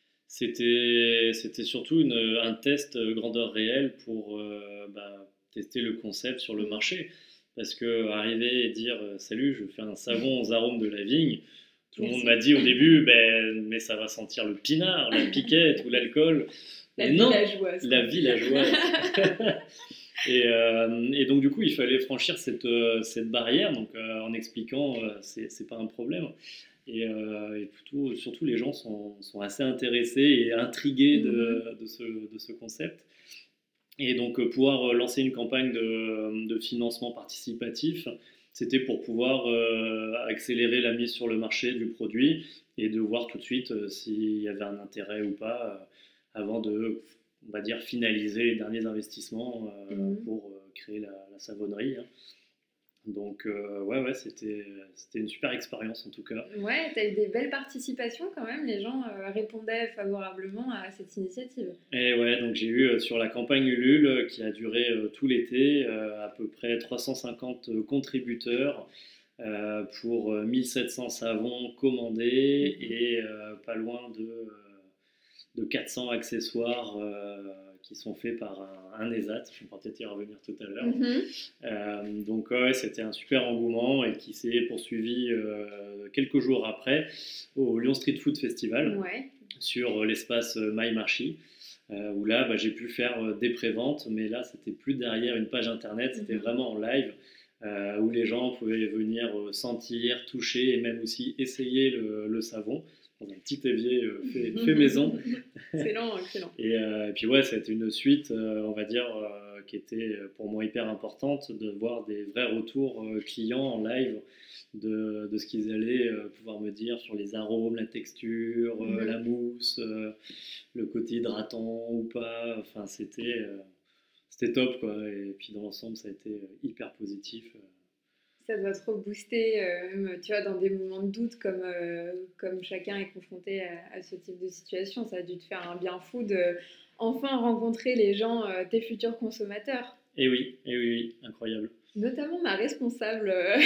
C'était, c'était surtout une, un test grandeur réelle pour euh, bah, tester le concept sur le Mmh. marché. Parce que arriver et dire euh, salut, je fais un savon aux arômes de la vigne, tout le Merci. monde m'a dit au début, ben, mais ça va sentir le pinard, la piquette ou l'alcool. La Mais non, villageoise. la villageoise. et, euh, et donc du coup, il fallait franchir cette, euh, cette barrière, donc euh, en expliquant, euh, c'est, c'est pas un problème. Et, euh, et plutôt, surtout, les gens sont, sont assez intéressés et intrigués de, de, ce, de ce concept. Et donc, euh, pouvoir lancer une campagne de, de financement participatif, c'était pour pouvoir euh, accélérer la mise sur le marché du produit et de voir tout de suite euh, s'il y avait un intérêt ou pas euh, avant de, on va dire, finaliser les derniers investissements euh, Mhm. pour euh, créer la, la savonnerie. Hein. Donc, euh, ouais, ouais, c'était, c'était une super expérience en tout cas. Ouais, tu as eu des belles participations quand même, les gens euh, répondaient favorablement à cette initiative. Et ouais, donc j'ai eu euh, sur la campagne Ulule euh, qui a duré euh, tout l'été euh, à peu près trois cent cinquante contributeurs euh, pour euh, mille sept cents savons commandés Mhm. et euh, pas loin de, euh, de quatre cents accessoires euh, qui sont faits par un, un ESAT. Je vais peut-être y revenir tout à l'heure. Mhm. Euh, donc ouais, c'était un super engouement et qui s'est poursuivi euh, quelques jours après au Lyon Street Food Festival Ouais. sur l'espace My Marché. Euh, où là, bah, j'ai pu faire euh, des préventes, mais là, c'était plus derrière une page internet, c'était Mhm. vraiment en live, euh, où les gens pouvaient venir euh, sentir, toucher et même aussi essayer le, le savon dans un petit évier euh, fait, fait maison. Excellent, excellent. Et, euh, et puis ouais, c'était une suite, euh, on va dire, euh, qui était pour moi hyper importante, de voir des vrais retours euh, clients en live de, de ce qu'ils allaient euh, pouvoir me dire sur les arômes, la texture, euh, Mhm. la mousse, euh, le côté hydratant ou pas. Enfin, c'était euh, c'était top quoi. Et puis dans l'ensemble, ça a été hyper positif. Ça doit trop booster, euh, même, tu vois, dans des moments de doute, comme, euh, comme chacun est confronté à, à ce type de situation. Ça a dû te faire un bien fou de enfin rencontrer les gens, euh, tes futurs consommateurs. Et oui, et oui, oui, incroyable. Notamment ma responsable euh,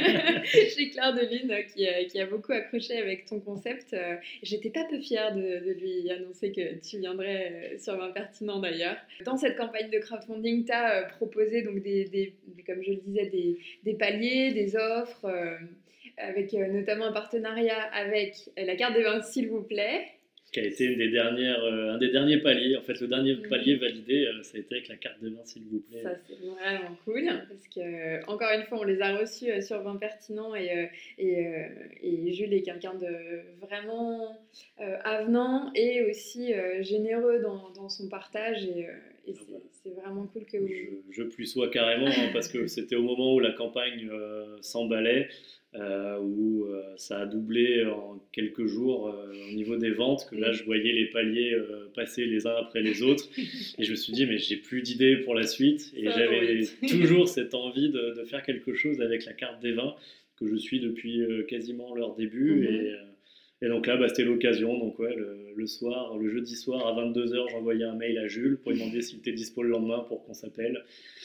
chez Claire de Lune euh, qui a, qui a beaucoup accroché avec ton concept. Euh, J'étais pas peu fière de, de lui annoncer que tu viendrais euh, sur Vinpertinent d'ailleurs. Dans cette campagne de crowdfunding, tu as euh, proposé, donc des, des, des- comme je le disais, des, des paliers, des offres, euh, avec euh, notamment un partenariat avec la carte des vins, s'il vous plaît. Qui a été une des dernières, euh, un des derniers paliers. En fait, le dernier Mhm. palier validé, euh, ça a été avec la carte de vin, s'il vous plaît. Ça, c'est vraiment cool parce que, euh, encore une fois, on les a reçus euh, sur Vinpertinent et, euh, et, euh, et Jules est quelqu'un de vraiment euh, avenant et aussi euh, généreux dans, dans son partage et, euh, et Ah c'est, bah, c'est vraiment cool que vous. je, je plus sois carrément, hein, parce que c'était au moment où la campagne euh, s'emballait, euh, où euh, ça a doublé en quelques jours euh, au niveau des ventes, que là je voyais les paliers euh, passer les uns après les autres, et je me suis dit mais j'ai plus d'idées pour la suite, et Ça va j'avais vite. toujours cette envie de, de faire quelque chose avec la carte des vins que je suis depuis euh, quasiment leur début, Mhm. et, euh, et donc là bah, c'était l'occasion, donc ouais, le, le soir, le jeudi soir à vingt-deux heures, j'envoyais un mail à Jules pour lui demander s'il était dispo le lendemain pour qu'on s'appelle.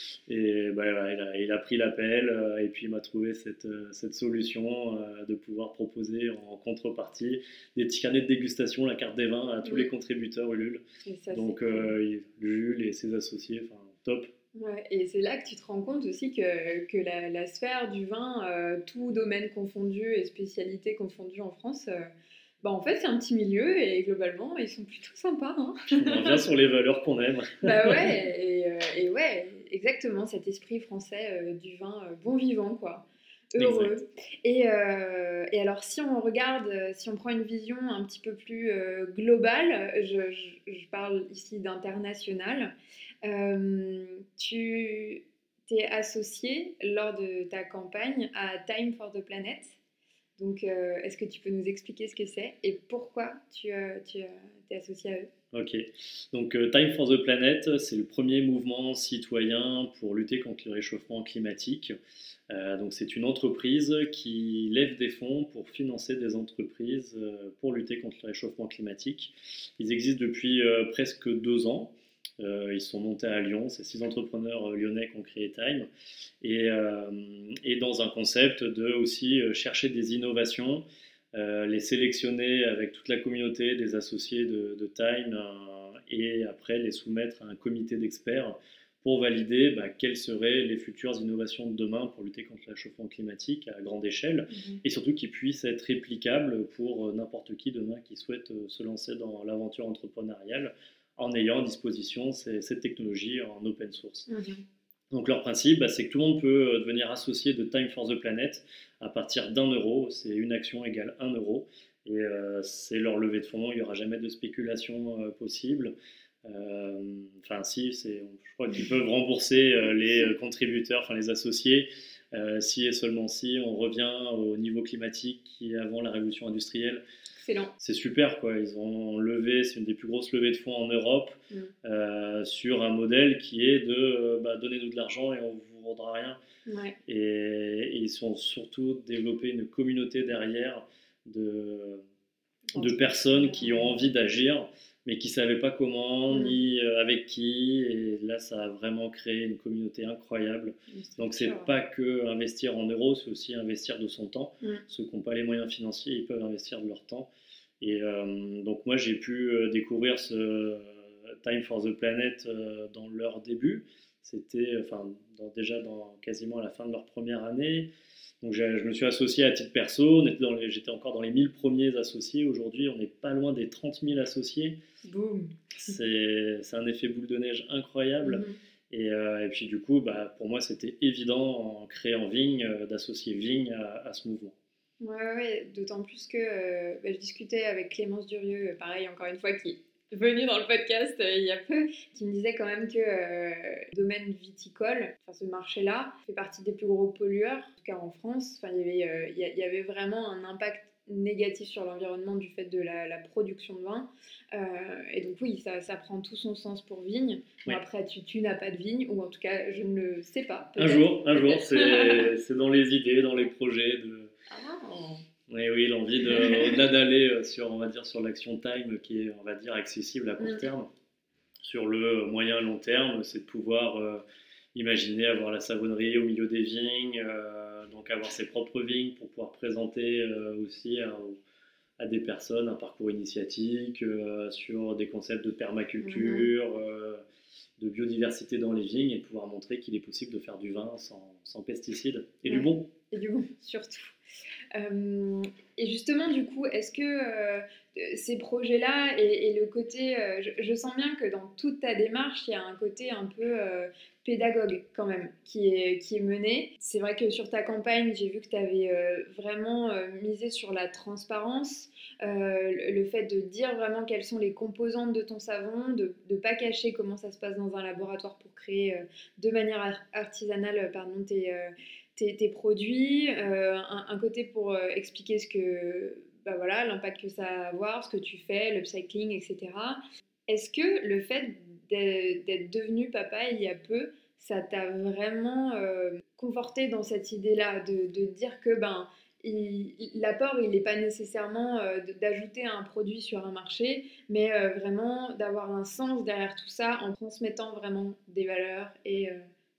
Et bah, voilà, il, a, il, a, pris l'appel euh, et puis il m'a trouvé cette, euh, cette solution euh, de pouvoir proposer en contrepartie des petits carnets de dégustation, la carte des vins à tous Oui. les contributeurs Ulule. Ça, donc euh, Jules et ses associés, enfin top. Ouais, et c'est là que tu te rends compte aussi que, que la, la sphère du vin, euh, tout domaine confondu et spécialité confondue en France, euh, bah en fait c'est un petit milieu et globalement ils sont plutôt sympas. Hein. On revient sur les valeurs qu'on aime. Bah ouais, et, euh, et ouais, exactement cet esprit français euh, du vin euh, bon vivant quoi. Heureux. Et, euh, et alors si on regarde, si on prend une vision un petit peu plus euh, globale, je, je, je parle ici d'international, euh, tu t'es associé lors de ta campagne à Time for the Planet. Donc euh, est-ce que tu peux nous expliquer ce que c'est et pourquoi tu, euh, tu euh, t'es associé à eux? Ok, donc euh, Time for the Planet, c'est le premier mouvement citoyen pour lutter contre le réchauffement climatique. Euh, donc c'est une entreprise qui lève des fonds pour financer des entreprises euh, pour lutter contre le réchauffement climatique. Ils existent depuis euh, presque deux ans. Euh, ils sont montés à Lyon, c'est six entrepreneurs lyonnais qui ont créé Time, et, euh, et dans un concept de aussi chercher des innovations, euh, les sélectionner avec toute la communauté des associés de, de Time euh, et après les soumettre à un comité d'experts pour valider bah, quelles seraient les futures innovations de demain pour lutter contre le réchauffement climatique à grande échelle, mmh. et surtout qu'ils puissent être réplicables pour n'importe qui demain qui souhaite se lancer dans l'aventure entrepreneuriale en ayant à disposition ces, cette technologie en open source. Mmh. Donc leur principe, bah, c'est que tout le monde peut devenir associé de Time for the Planet à partir d'un euro. C'est une action égale un euro. Et euh, c'est leur levée de fonds. Il n'y aura jamais de spéculation euh, possible. Enfin, euh, si, c'est, je crois qu'ils peuvent rembourser euh, les contributeurs, enfin les associés, euh, si et seulement si on revient au niveau climatique qui est avant la révolution industrielle. Excellent. C'est super, quoi. Ils ont levé, c'est une des plus grosses levées de fonds en Europe, mmh. euh, sur un modèle qui est de euh, bah, donnez-nous de l'argent et on vous vaudra rien. Ouais. Et, et ils sont surtout développé une communauté derrière de, de personnes qui ont envie d'agir, mais qui ne savaient pas comment, mmh. ni avec qui. Et là, ça a vraiment créé une communauté incroyable. Donc, c'est sûr, pas ouais. que investir en euros, c'est aussi investir de son temps. Mmh. Ceux qui n'ont pas les moyens financiers, ils peuvent investir de leur temps. Et euh, donc, moi, j'ai pu découvrir ce Time for the Planet euh, dans leur début. C'était enfin, dans, déjà dans, quasiment à la fin de leur première année. Donc je me suis associé à titre perso, les, j'étais encore dans les mille premiers associés. Aujourd'hui, on n'est pas loin des trente mille associés. Boum. C'est, c'est un effet boule de neige incroyable. Mm-hmm. Et, euh, et puis du coup, bah, pour moi, c'était évident en créant Vigne, euh, d'associer Vigne à, à ce mouvement. Ouais, ouais, d'autant plus que euh, bah, je discutais avec Clémence Durieux, pareil, encore une fois, qui venu dans le podcast euh, il y a peu, qui me disait quand même que euh, le domaine viticole, enfin ce marché-là, fait partie des plus gros pollueurs, en tout cas en France. Enfin, il y avait, euh, il y, y avait vraiment un impact négatif sur l'environnement du fait de la, la production de vin. Euh, et donc oui, ça, ça prend tout son sens pour Vigne. Bon, ouais. Après, tu, tu n'as pas de vigne, ou en tout cas, je ne le sais pas. Un jour, un jour, c'est, c'est dans les idées, dans les projets de... Ah. Oui, oui, l'envie de, au-delà d'aller sur, on va dire, sur l'action time qui est, on va dire, accessible à court terme. Sur le moyen long terme, c'est de pouvoir euh, imaginer avoir la savonnerie au milieu des vignes, euh, donc avoir ses propres vignes pour pouvoir présenter euh, aussi à, à des personnes un parcours initiatique euh, sur des concepts de permaculture, mmh. euh, de biodiversité dans les vignes, et de pouvoir montrer qu'il est possible de faire du vin sans, sans pesticides et ouais. du bon. Et du bon, surtout. Euh, et justement, du coup, est-ce que euh, ces projets-là et, et le côté... Euh, je, je sens bien que dans toute ta démarche, il y a un côté un peu euh, pédagogue quand même qui est, qui est mené. C'est vrai que sur ta campagne, j'ai vu que tu avais euh, vraiment euh, misé sur la transparence, euh, le, le fait de dire vraiment quelles sont les composantes de ton savon, de ne pas cacher comment ça se passe dans un laboratoire pour créer euh, de manière art- artisanale pardon, tes... Euh, Tes, tes produits, euh, un, un côté pour euh, expliquer ce que, bah voilà, l'impact que ça a à avoir, ce que tu fais, l'upcycling, et cetera. Est-ce que le fait d'être, d'être devenu papa il y a peu, ça t'a vraiment euh, conforté dans cette idée-là de, de dire que ben, il, l'apport, il n'est pas nécessairement euh, d'ajouter un produit sur un marché, mais euh, vraiment d'avoir un sens derrière tout ça en transmettant vraiment des valeurs et... Euh,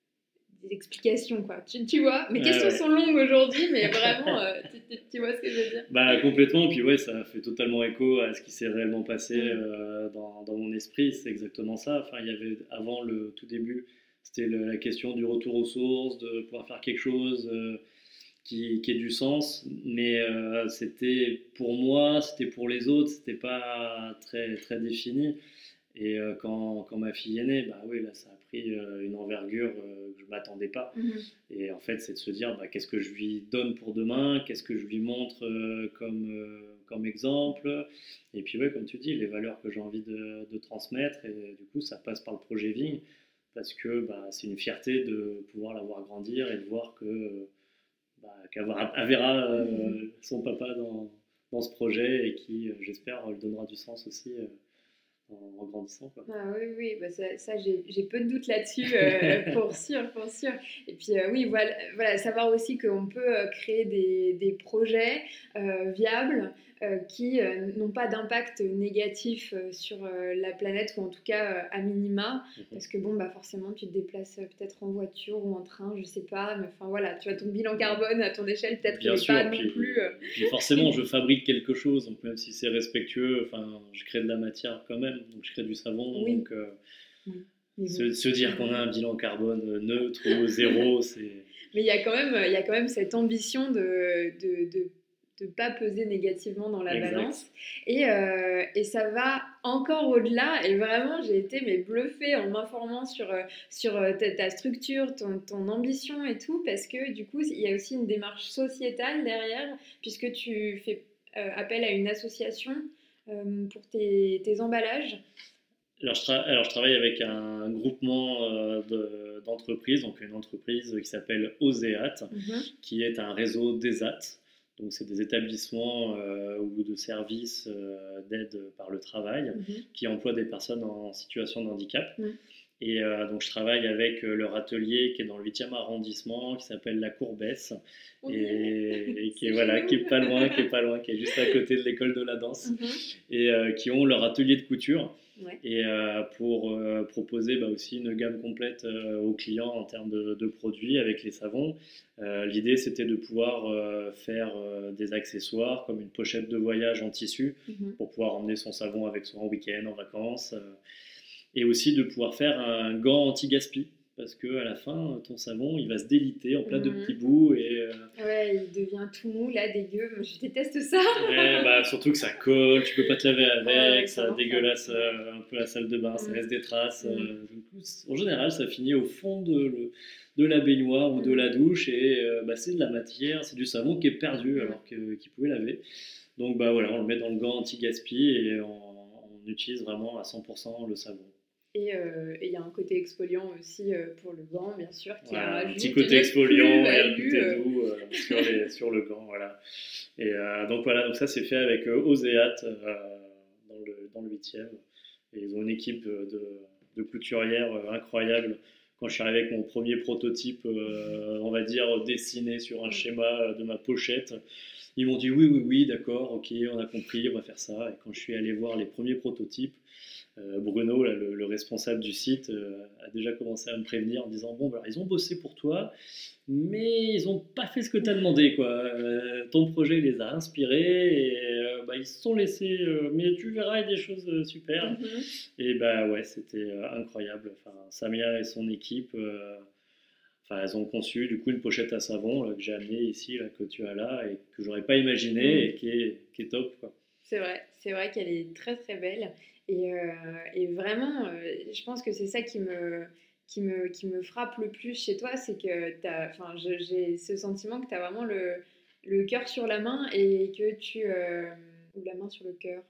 des explications, quoi. Tu, tu vois, mes questions euh, ouais. sont longues aujourd'hui, mais vraiment, euh, tu, tu, tu vois ce que je veux dire. Bah, complètement, puis ouais, ça fait totalement écho à ce qui s'est réellement passé mmh. euh, dans, dans mon esprit, c'est exactement ça. Enfin, il y avait, avant le tout début, c'était le, la question du retour aux sources, de pouvoir faire quelque chose euh, qui, qui ait du sens, mais euh, c'était pour moi, c'était pour les autres, c'était pas très, très défini. Et euh, quand, quand ma fille est née, bah oui, là, ça a pris euh, une envergure euh, que je ne m'attendais pas. Mmh. Et en fait, c'est de se dire, bah, qu'est-ce que je lui donne pour demain, qu'est-ce que je lui montre euh, comme, euh, comme exemple. Et puis, ouais, comme tu dis, les valeurs que j'ai envie de, de transmettre. Et du coup, ça passe par le projet Vigne, parce que bah, c'est une fierté de pouvoir la voir grandir et de voir que, bah, qu'elle verra euh, mmh. son papa dans, dans ce projet et qui, euh, j'espère, lui donnera du sens aussi. Euh, en grandissant, quoi. Ah oui, oui, bah ça, ça j'ai, j'ai peu de doute là-dessus, euh, pour sûr, pour sûr. Et puis euh, oui, voilà, voilà, savoir aussi qu'on peut euh, créer des, des projets euh, viables euh, qui euh, n'ont pas d'impact négatif euh, sur euh, la planète, ou en tout cas euh, à minima, mm-hmm. parce que bon, bah forcément, tu te déplaces euh, peut-être en voiture ou en train, je sais pas, mais enfin voilà, tu as ton bilan carbone à ton échelle, peut-être qu'il n'est pas puis, non plus... Euh... Puis forcément, je fabrique quelque chose, donc même si c'est respectueux, enfin, je crée de la matière quand même. Donc je crée du savon, oui. donc euh, oui. se, se dire qu'on a un bilan carbone neutre ou zéro, c'est... Mais il y a quand même, il y a quand même cette ambition de de, de, de pas peser négativement dans la exact. Balance. Et, euh, et ça va encore au-delà. Et vraiment, j'ai été mais bluffée en m'informant sur, sur ta, ta structure, ton, ton ambition et tout, parce que du coup, il y a aussi une démarche sociétale derrière, puisque tu fais euh, appel à une association euh, pour tes, tes emballages. Alors je, tra- alors, je travaille avec un groupement euh, de, d'entreprises, donc une entreprise qui s'appelle OSEAT, mm-hmm. qui est un réseau d'E S A T. Donc, c'est des établissements euh, ou de services euh, d'aide par le travail mm-hmm. qui emploient des personnes en situation de handicap. Mm-hmm. Et euh, donc, je travaille avec euh, leur atelier qui est dans le huitième arrondissement, qui s'appelle La Courbesse, Oui. et, et qui, est, voilà, qui est pas loin, qui est pas loin, qui est juste à côté de l'école de la danse, mm-hmm. et euh, qui ont leur atelier de couture. Ouais. Et euh, pour euh, proposer bah, aussi une gamme complète euh, aux clients en termes de, de produits avec les savons. Euh, l'idée, c'était de pouvoir euh, faire euh, des accessoires comme une pochette de voyage en tissu mm-hmm. pour pouvoir emmener son savon avec soi en week-end, en vacances. Euh, et aussi de pouvoir faire un gant anti-gaspi. Parce qu'à la fin, ton savon, il va se déliter en plein mmh. de petits bouts. Et, euh... ouais, il devient tout mou, là, dégueu. Je déteste ça. Ouais, bah, surtout que ça colle, tu peux pas te laver avec, ouais, ça dégueulasse euh, un peu la salle de bain, mmh. ça laisse des traces. Mmh. Euh, en général, ça finit au fond de, le, de la baignoire ou mmh. de la douche. Et euh, bah, c'est de la matière, c'est du savon qui est perdu mmh. alors que, qu'il pouvait laver. Donc bah, voilà, on le met dans le gant anti-gaspi et on, on utilise vraiment à cent pour cent le savon. Et il euh, y a un côté exfoliant aussi euh, pour le gant, bien sûr. Qui voilà, a un petit côté exfoliant et un côté euh... doux euh, sur, les, sur le gant. Voilà. Et euh, donc voilà, donc ça c'est fait avec euh, Oséat euh, dans, le, dans le huitième. Et ils ont une équipe de, de, de couturières euh, incroyable. Quand je suis arrivé avec mon premier prototype, euh, on va dire dessiné sur un schéma de ma pochette, ils m'ont dit oui, oui, oui, d'accord, ok, on a compris, on va faire ça. Et quand je suis allé voir les premiers prototypes, Euh, Bruno, là, le, le responsable du site, euh, a déjà commencé à me prévenir en disant bon, bah, ils ont bossé pour toi, mais ils n'ont pas fait ce que tu as demandé, quoi. Euh, ton projet les a inspirés et euh, bah, ils se sont laissés, euh, mais tu verras, il y a des choses euh, super. Mm-hmm. Et bah ouais, c'était euh, incroyable. Enfin, Samia et son équipe, euh, enfin, elles ont conçu du coup une pochette à savon là, que j'ai amenée ici, là, que tu as là, et que j'aurais pas imaginé mm. et qui est, qui est top, quoi. C'est vrai, c'est vrai qu'elle est très très belle. Et, euh, et vraiment, euh, je pense que c'est ça qui me, qui, me, qui me frappe le plus chez toi, c'est que t'as, je, j'ai ce sentiment que tu as vraiment le, le cœur sur la main et que tu... Euh, ou la main sur le cœur,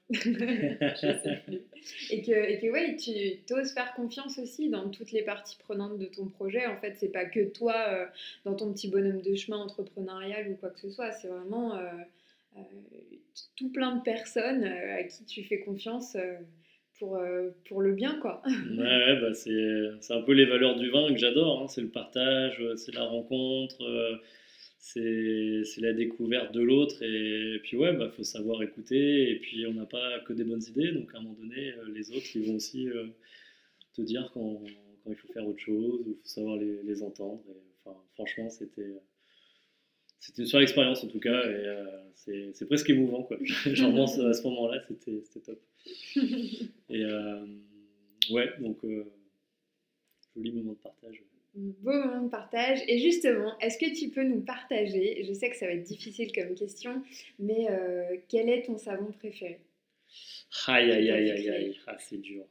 je sais plus. Et que, et que ouais, tu oses faire confiance aussi dans toutes les parties prenantes de ton projet. En fait, c'est pas que toi, euh, dans ton petit bonhomme de chemin entrepreneurial ou quoi que ce soit, c'est vraiment euh, euh, tout plein de personnes euh, à qui tu fais confiance euh, Pour, euh, pour le bien, quoi. Ouais, ouais bah c'est, c'est un peu les valeurs du vin que j'adore, hein. C'est le partage, c'est la rencontre, euh, c'est, c'est la découverte de l'autre, et, et puis ouais, bah faut savoir écouter, et puis on n'a pas que des bonnes idées, donc à un moment donné, les autres, ils vont aussi euh, te dire quand, quand il faut faire autre chose, ou il faut savoir les, les entendre, et enfin, franchement, c'était... C'était une super expérience en tout cas, et euh, c'est, c'est presque émouvant, quoi. J'en pense à ce moment-là, c'était, c'était top. Et euh, ouais, donc euh, joli moment de partage. Beau moment de partage. Et justement, est-ce que tu peux nous partager, je sais que ça va être difficile comme question, mais euh, quel est ton savon préféré? Aïe, aïe, aïe, aïe, aïe, ah, c'est dur.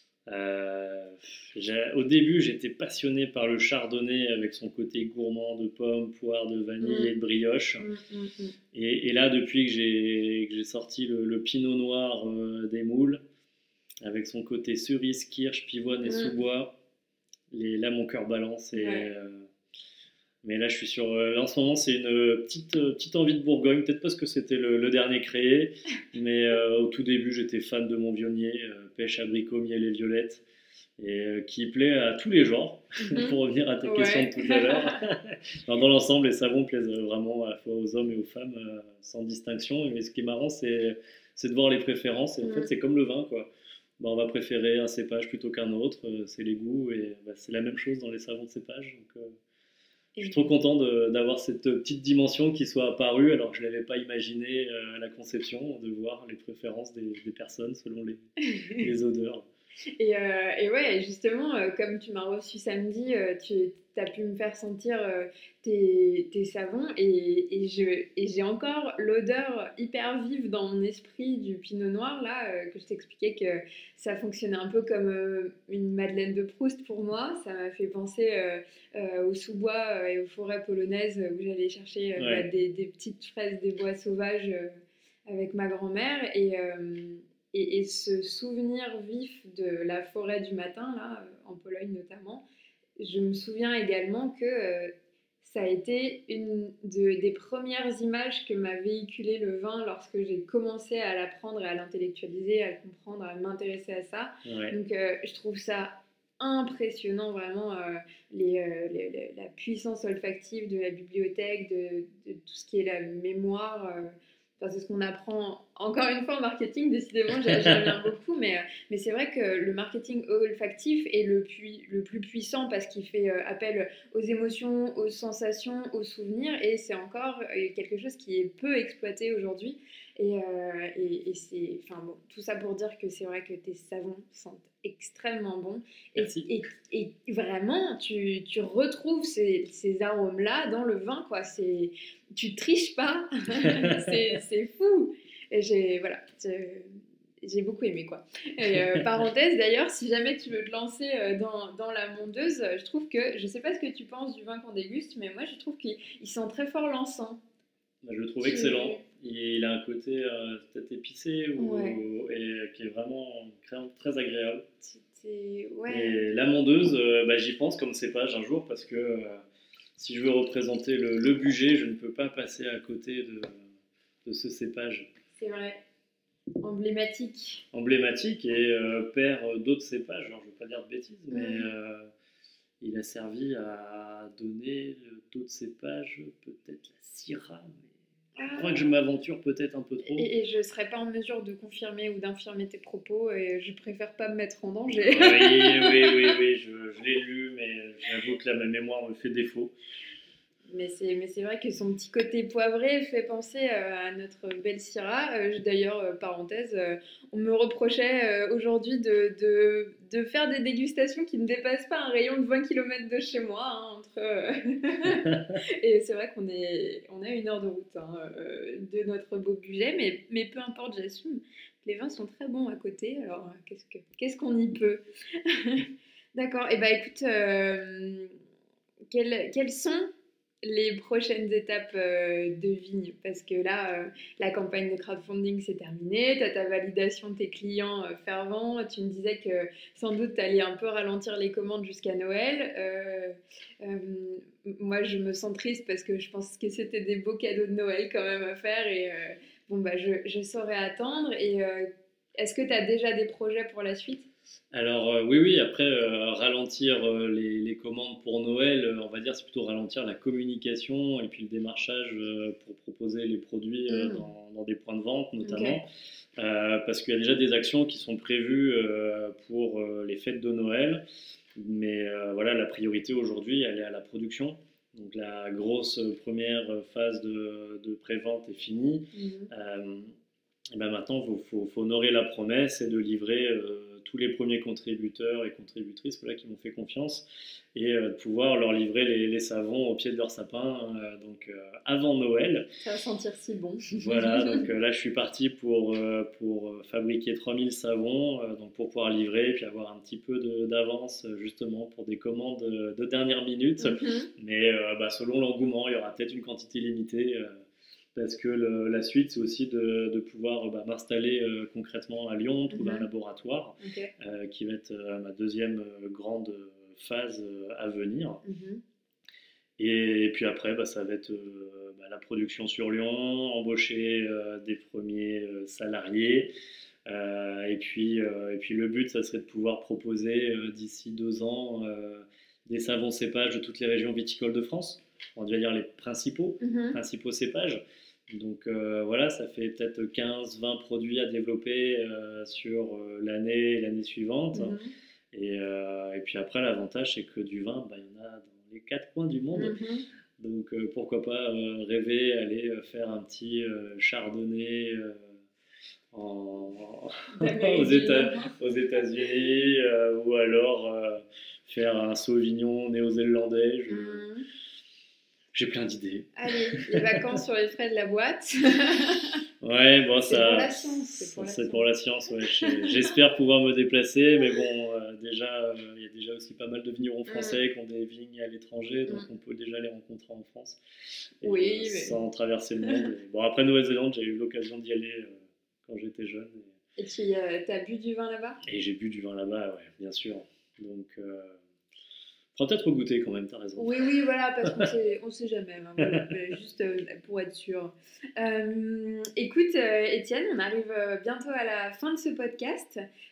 Euh, au début, j'étais passionné par le chardonnay avec son côté gourmand de pommes, poires, de vanille mmh. et de brioche. Mmh, mmh, mmh. Et, et là, depuis que j'ai, que j'ai sorti le, le pinot noir euh, des moules, avec son côté cerise, kirsch, pivoine et mmh. sous-bois, les, là, mon cœur balance. Et, ouais. euh, mais là, je suis sur. Euh, là, en ce moment, c'est une petite, euh, petite envie de Bourgogne. Peut-être parce que c'était le, le dernier créé. Mais euh, au tout début, j'étais fan de mon Viognier, euh, pêche, abricot, miel et violette. Et euh, qui plaît à tous les genres, mm-hmm. pour revenir à ta ouais. question de tout à l'heure. Alors, dans l'ensemble, les savons plaisent vraiment à la fois aux hommes et aux femmes, euh, sans distinction. Mais ce qui est marrant, c'est, c'est de voir les préférences. Et mm-hmm. en fait, c'est comme le vin, quoi. Bah, on va préférer un cépage plutôt qu'un autre. Euh, c'est les goûts. Et bah, c'est la même chose dans les savons de cépage. Donc, euh, je suis trop content de, d'avoir cette petite dimension qui soit apparue, alors que je ne l'avais pas imaginé euh, à la conception, de voir les préférences des, des personnes selon les, les odeurs. Et, euh, et ouais, justement, euh, comme tu m'as reçu samedi, euh, tu as pu me faire sentir euh, tes, tes savons et, et, je, et j'ai encore l'odeur hyper vive dans mon esprit du pinot noir, là, euh, que je t'expliquais que ça fonctionnait un peu comme euh, une Madeleine de Proust pour moi. Ça m'a fait penser euh, euh, aux sous-bois et aux forêts polonaises où j'allais chercher euh, ouais. bah, des, des petites fraises des bois sauvages euh, avec ma grand-mère. Et... Euh, Et, et ce souvenir vif de la forêt du matin, là, en Pologne notamment, je me souviens également que euh, ça a été une de, des premières images que m'a véhiculé le vin lorsque j'ai commencé à l'apprendre, à l'intellectualiser, à le comprendre, à m'intéresser à ça. Ouais. Donc euh, je trouve ça impressionnant vraiment euh, les, euh, les, les, la puissance olfactive de la bibliothèque, de, de tout ce qui est la mémoire. Euh, Enfin, c'est ce qu'on apprend encore une fois en marketing, décidément, j'y reviens beaucoup, mais, mais c'est vrai que le marketing olfactif est le, pui- le plus puissant parce qu'il fait euh, appel aux émotions, aux sensations, aux souvenirs, et c'est encore euh, quelque chose qui est peu exploité aujourd'hui. Et, euh, et, et c'est, enfin bon, tout ça pour dire que c'est vrai que tes savons sentent extrêmement bon. Et, et, et vraiment, tu, tu retrouves ces, ces arômes-là dans le vin, quoi. C'est, tu triches pas, c'est, c'est fou. Et j'ai, voilà, j'ai, j'ai beaucoup aimé, quoi. Et, euh, parenthèse, d'ailleurs, si jamais tu veux te lancer dans, dans la mondeuse, je trouve que, je sais pas ce que tu penses du vin qu'on déguste, mais moi, je trouve qu'il il sent très fort l'encens. Je le trouve excellent. Il a un côté euh, peut-être épicé ou, ouais. et qui est vraiment très agréable. C'est, ouais. Et la mondeuse, euh, bah, j'y pense comme cépage un jour parce que euh, si je veux représenter le, le budget, je ne peux pas passer à côté de, de ce cépage. C'est vrai. Emblématique. Emblématique et euh, père d'autres cépages. Alors, je ne veux pas dire de bêtises, mmh. mais euh, il a servi à donner d'autres cépages, peut-être la Syrah. Mais je crois que je m'aventure peut-être un peu trop. Et, et je ne serais pas en mesure de confirmer ou d'infirmer tes propos et je préfère pas me mettre en danger. Oui, oui, oui, oui, je, je l'ai lu, mais j'avoue que là, ma mémoire me fait défaut. Mais c'est, mais c'est vrai que son petit côté poivré fait penser euh, à notre belle Syrah. Euh, d'ailleurs, euh, parenthèse, euh, on me reprochait euh, aujourd'hui de, de, de faire des dégustations qui ne dépassent pas un rayon de vingt kilomètres de chez moi. Hein, entre, euh... Et c'est vrai qu'on est, on a une heure de route hein, euh, de notre beau budget, mais, mais peu importe, j'assume. Les vins sont très bons à côté, alors qu'est-ce, que, qu'est-ce qu'on y peut? D'accord, et bah écoute, euh, quels, quels sont les prochaines étapes euh, de Vigne, parce que là, euh, la campagne de crowdfunding s'est terminée, tu as ta validation de tes clients euh, fervents, tu me disais que sans doute tu allais un peu ralentir les commandes jusqu'à Noël. Euh, euh, moi, je me sens triste parce que je pense que c'était des beaux cadeaux de Noël quand même à faire et euh, bon, bah, je, je saurais attendre. Et euh, est-ce que tu as déjà des projets pour la suite ? Alors euh, oui, oui, après euh, ralentir euh, les, les commandes pour Noël, euh, on va dire c'est plutôt ralentir la communication et puis le démarchage euh, pour proposer les produits euh, mmh. dans, dans des points de vente notamment. Okay. Euh, parce qu'il y a déjà des actions qui sont prévues euh, pour euh, les fêtes de Noël. Mais euh, voilà, la priorité aujourd'hui, elle est à la production. Donc la grosse première phase de, de pré-vente est finie. Mmh. Euh, et ben maintenant, il faut, faut, faut honorer la promesse et de livrer euh, tous les premiers contributeurs et contributrices voilà, qui m'ont fait confiance et euh, de pouvoir leur livrer les, les savons au pied de leur sapin euh, donc, euh, avant Noël. Ça va sentir si bon. Voilà, donc euh, là je suis parti pour, euh, pour fabriquer trois mille savons euh, donc pour pouvoir livrer et puis avoir un petit peu de, d'avance justement pour des commandes de, de dernière minute. Mm-hmm. Mais euh, bah, selon l'engouement, il y aura peut-être une quantité limitée. Euh, Parce que le, la suite, c'est aussi de, de pouvoir bah, m'installer euh, concrètement à Lyon, trouver mmh. un laboratoire, okay. euh, qui va être euh, ma deuxième euh, grande phase euh, à venir. Mmh. Et, et puis après, bah, ça va être euh, bah, la production sur Lyon, embaucher euh, des premiers euh, salariés. Euh, et, puis, euh, et puis le but, ça serait de pouvoir proposer euh, d'ici deux ans euh, des savons cépages de toutes les régions viticoles de France. On va dire les principaux, mmh. principaux cépages. Donc euh, voilà, ça fait peut-être quinze vingt produits à développer euh, sur euh, l'année et l'année suivante. Mmh. Et, euh, et puis après, l'avantage, c'est que du vin, bah, il y en a dans les quatre coins du monde. Mmh. Donc euh, pourquoi pas euh, rêver, aller faire un petit euh, chardonnay euh, en... aux, États, aux États-Unis euh, ou alors euh, faire un sauvignon néo-zélandais. Je... Mmh. J'ai plein d'idées. Allez, les vacances sur les frais de la boîte. Ouais, bon, c'est ça. Pour la science, c'est pour la c'est science. Pour la science, ouais. J'espère pouvoir me déplacer, mais bon, euh, déjà, il euh, y a déjà aussi pas mal de vignerons français mmh. qui ont des vignes à l'étranger, donc mmh. on peut déjà les rencontrer en France. Et, oui, euh, mais... sans traverser le monde. Et, bon, après Nouvelle-Zélande, j'ai eu l'occasion d'y aller euh, quand j'étais jeune. Et, et tu euh, as bu du vin là-bas ? Et j'ai bu du vin là-bas, ouais, bien sûr. Donc. Euh, Faut peut-être goûter quand même, t'as raison. Oui, oui, voilà, parce qu'on sait, on sait jamais, hein, voilà, juste euh, pour être sûr. Euh, écoute, euh, Étienne, on arrive bientôt à la fin de ce podcast.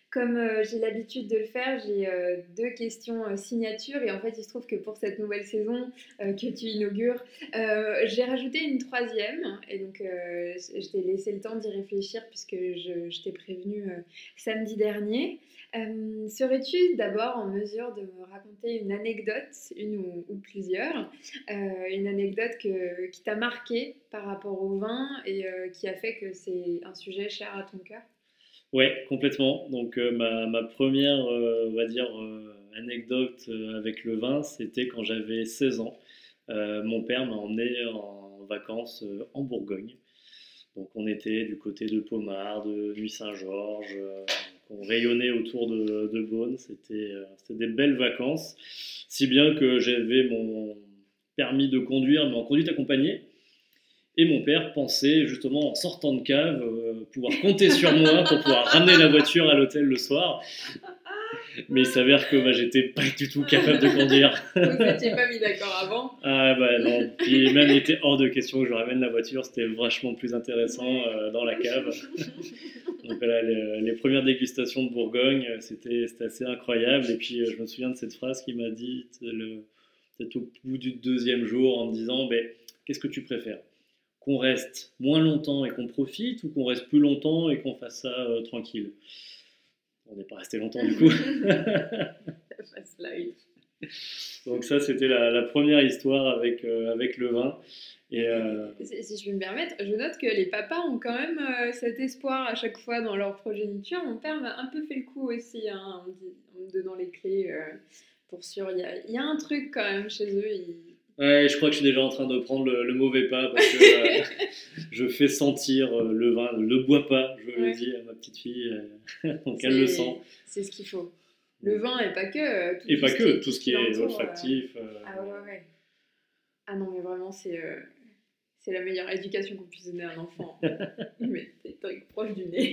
Comme euh, j'ai l'habitude de le faire, j'ai euh, deux questions euh, signatures et en fait il se trouve que pour cette nouvelle saison euh, que tu inaugures, euh, j'ai rajouté une troisième et donc euh, je t'ai laissé le temps d'y réfléchir puisque je, je t'ai prévenu euh, samedi dernier. Euh, serais-tu d'abord en mesure de me raconter une anecdote, une ou, ou plusieurs, euh, une anecdote que, qui t'a marqué par rapport au vin et euh, qui a fait que c'est un sujet cher à ton cœur? Ouais, complètement. Donc euh, ma, ma première, euh, on va dire, euh, anecdote euh, avec le vin, c'était quand j'avais seize ans. Euh, mon père m'a emmené en vacances euh, en Bourgogne. Donc on était du côté de Pommard, de Nuit-Saint-Georges, euh, on rayonnait autour de, de Beaune. C'était euh, c'était des belles vacances, si bien que j'avais mon permis de conduire, mais en conduite accompagnée. Et mon père pensait justement en sortant de cave euh, pouvoir compter sur moi pour pouvoir ramener la voiture à l'hôtel le soir. Mais il s'avère que bah, j'étais pas du tout capable de conduire. Vous n'étiez pas mis d'accord avant? Ah bah non, puis même il était hors de question que je ramène la voiture, c'était vachement plus intéressant euh, dans la cave. Donc voilà, les, les premières dégustations de Bourgogne, c'était c'était assez incroyable. Et puis euh, je me souviens de cette phrase qu'il m'a dit le, peut-être au bout du deuxième jour en me disant ben, qu'est-ce que tu préfères? Qu'on reste moins longtemps et qu'on profite ou qu'on reste plus longtemps et qu'on fasse ça euh, tranquille? On n'est pas resté longtemps du coup. Donc ça, c'était la, la première histoire avec, euh, avec le vin. Et, euh... si, si je peux me permettre, je note que les papas ont quand même euh, cet espoir à chaque fois dans leur progéniture. Mon père m'a un peu fait le coup aussi, hein, en, me dit, en me donnant les clés euh, pour sûr. Il y, a, il y a un truc quand même chez eux. Ils... Ouais, je crois que je suis déjà en train de prendre le, le mauvais pas parce que euh, je fais sentir euh, le vin, ne le bois pas, je ouais. le dis à ma petite fille, euh, donc elle le sent. C'est ce qu'il faut. Le vin et pas que. Euh, tout, et tout pas que, tout ce qui est olfactif. Euh... Euh... Ah ouais, ouais, ouais. Ah non, mais vraiment, c'est euh, c'est la meilleure éducation qu'on puisse donner à un enfant. Il met des trucs proches du nez.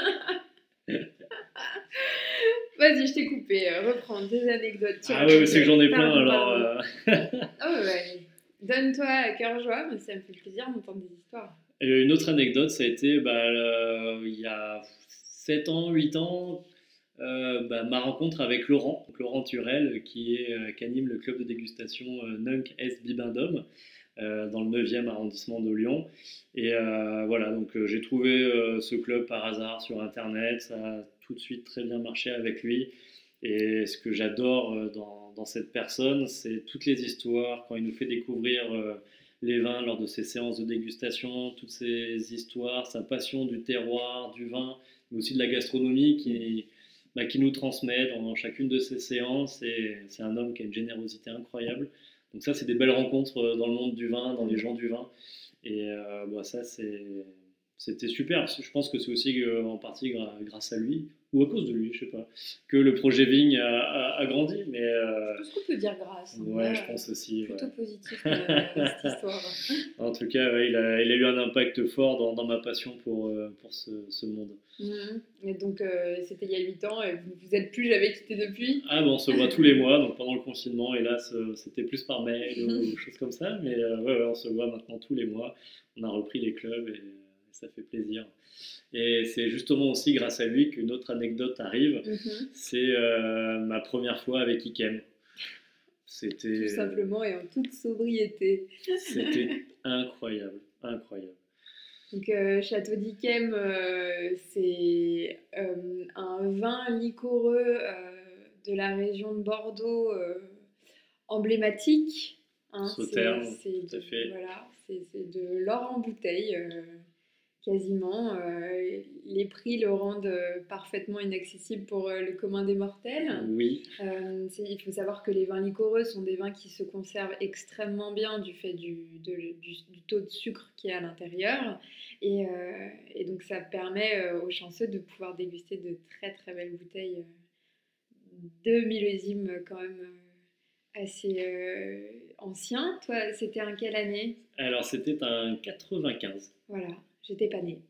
Vas-y, je t'ai coupé. Euh, reprends des anecdotes. Ah ouais, c'est que j'en ai plein, alors... Euh... oh ouais, donne-toi à cœur joie, mais ça me fait plaisir d'entendre des histoires. Et une autre anecdote, ça a été bah, euh, il y a sept ans, huit ans... Euh, bah, ma rencontre avec Laurent, donc Laurent Turel, qui, est, euh, qui anime le club de dégustation euh, Nunc S Bibendum euh, dans le neuvième arrondissement de Lyon. Et euh, voilà, donc euh, j'ai trouvé euh, ce club par hasard sur internet, ça a tout de suite très bien marché avec lui. Et ce que j'adore euh, dans, dans cette personne, c'est toutes les histoires, quand il nous fait découvrir euh, les vins lors de ses séances de dégustation, toutes ces histoires, sa passion du terroir, du vin, mais aussi de la gastronomie qui Bah, qui nous transmet dans chacune de ces séances, et c'est un homme qui a une générosité incroyable. Donc ça, c'est des belles rencontres dans le monde du vin, dans les gens du vin, et euh, bah, ça, c'est, c'était super. Je pense que c'est aussi euh, en partie grâce à lui, ou à cause de lui, je sais pas, que le projet Vigne a, a, a grandi. Mais euh... tout ce qu'on peut dire grâce. Ouais, ouais, je pense aussi. Plutôt ouais. positif euh, cette histoire. En tout cas, ouais, il, a, il a eu un impact fort dans, dans ma passion pour, euh, pour ce, ce monde. Mmh. Et donc euh, c'était il y a huit ans et vous vous êtes plus jamais quitté depuis? Ah bon, on se voit tous les mois, donc pendant le confinement, hélas, c'était plus par mail ou des choses comme ça, mais euh, ouais, ouais, on se voit maintenant tous les mois. On a repris les clubs et, et ça fait plaisir. Et c'est justement aussi grâce à lui qu'une autre anecdote arrive, mmh. c'est euh, ma première fois avec Ikem. C'était... Tout simplement et en toute sobriété. C'était incroyable, incroyable. Donc, euh, Château d'Yquem, euh, c'est euh, un vin liquoreux euh, de la région de Bordeaux euh, emblématique. Hein, Sauternes, c'est, tout à de, fait. Voilà, c'est, c'est de l'or en bouteille, euh, quasiment. Euh, les prix le rendent parfaitement inaccessible pour euh, le commun des mortels. Oui. Euh, il faut savoir que les vins liquoreux sont des vins qui se conservent extrêmement bien du fait du, de, du, du taux de sucre qui est à l'intérieur. Et, euh, et donc ça permet euh, aux chanceux de pouvoir déguster de très très belles bouteilles euh, de millésimes quand même euh, assez euh, anciens. Toi, c'était en quelle année? Alors c'était un quatre-vingt-quinze. Voilà. J'étais pas née.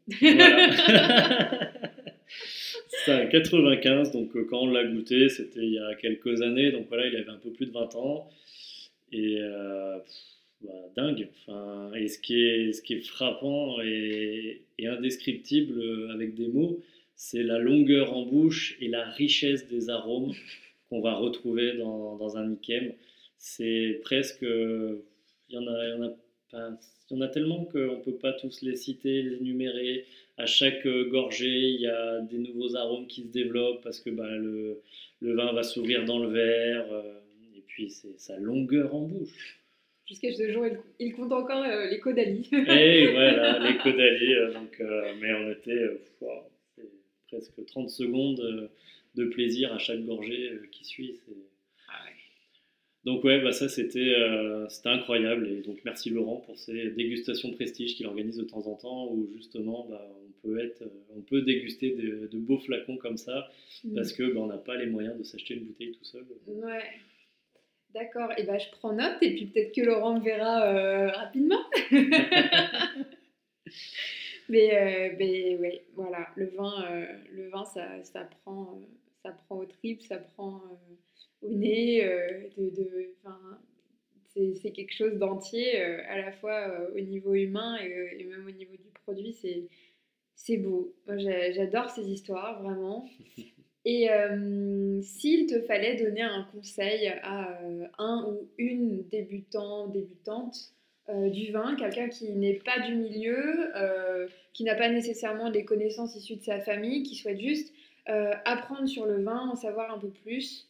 Voilà. C'était un quatre-vingt-quinze, donc euh, quand on l'a goûté, c'était il y a quelques années, donc voilà, il avait un peu plus de vingt ans. Et euh, pff, bah, dingue. Enfin, et ce qui est, ce qui est frappant et, et indescriptible avec des mots, c'est la longueur en bouche et la richesse des arômes qu'on va retrouver dans, dans un Yquem. C'est presque, il y en a, il y en a, pas, il y en a tellement qu'on ne peut pas tous les citer, les énumérer. À chaque gorgée, il y a des nouveaux arômes qui se développent parce que bah, le, le vin va s'ouvrir dans le verre. Euh, et puis, c'est sa longueur en bouche. Jusqu'à ce jour, il, il compte encore euh, les Caudalie. Et voilà, les Caudalie. Euh, donc, euh, mais on était, euh, wow, c'est presque trente secondes euh, de plaisir à chaque gorgée euh, qui suit. C'est... Ah ouais. Donc ouais, bah ça c'était, euh, c'était incroyable. Et donc merci Laurent pour ces dégustations prestige qu'il organise de temps en temps où justement bah, on, peut être, on peut déguster de, de beaux flacons comme ça mmh. parce que bah, on n'a pas les moyens de s'acheter une bouteille tout seul. Ouais. D'accord, et ben je prends note et puis peut-être que Laurent verra euh, rapidement. mais, euh, mais ouais, voilà, le vin, euh, le vin ça, ça, prend, euh, ça prend aux tripes, ça prend euh, au nez. Euh, de, de, c'est, c'est quelque chose d'entier, euh, à la fois euh, au niveau humain et, et même au niveau du produit. C'est, c'est beau. Moi j'adore ces histoires, vraiment. Et euh, s'il te fallait donner un conseil à euh, un ou une débutant, débutante euh, du vin, quelqu'un qui n'est pas du milieu, euh, qui n'a pas nécessairement des connaissances issues de sa famille, qui souhaite juste euh, apprendre sur le vin, en savoir un peu plus,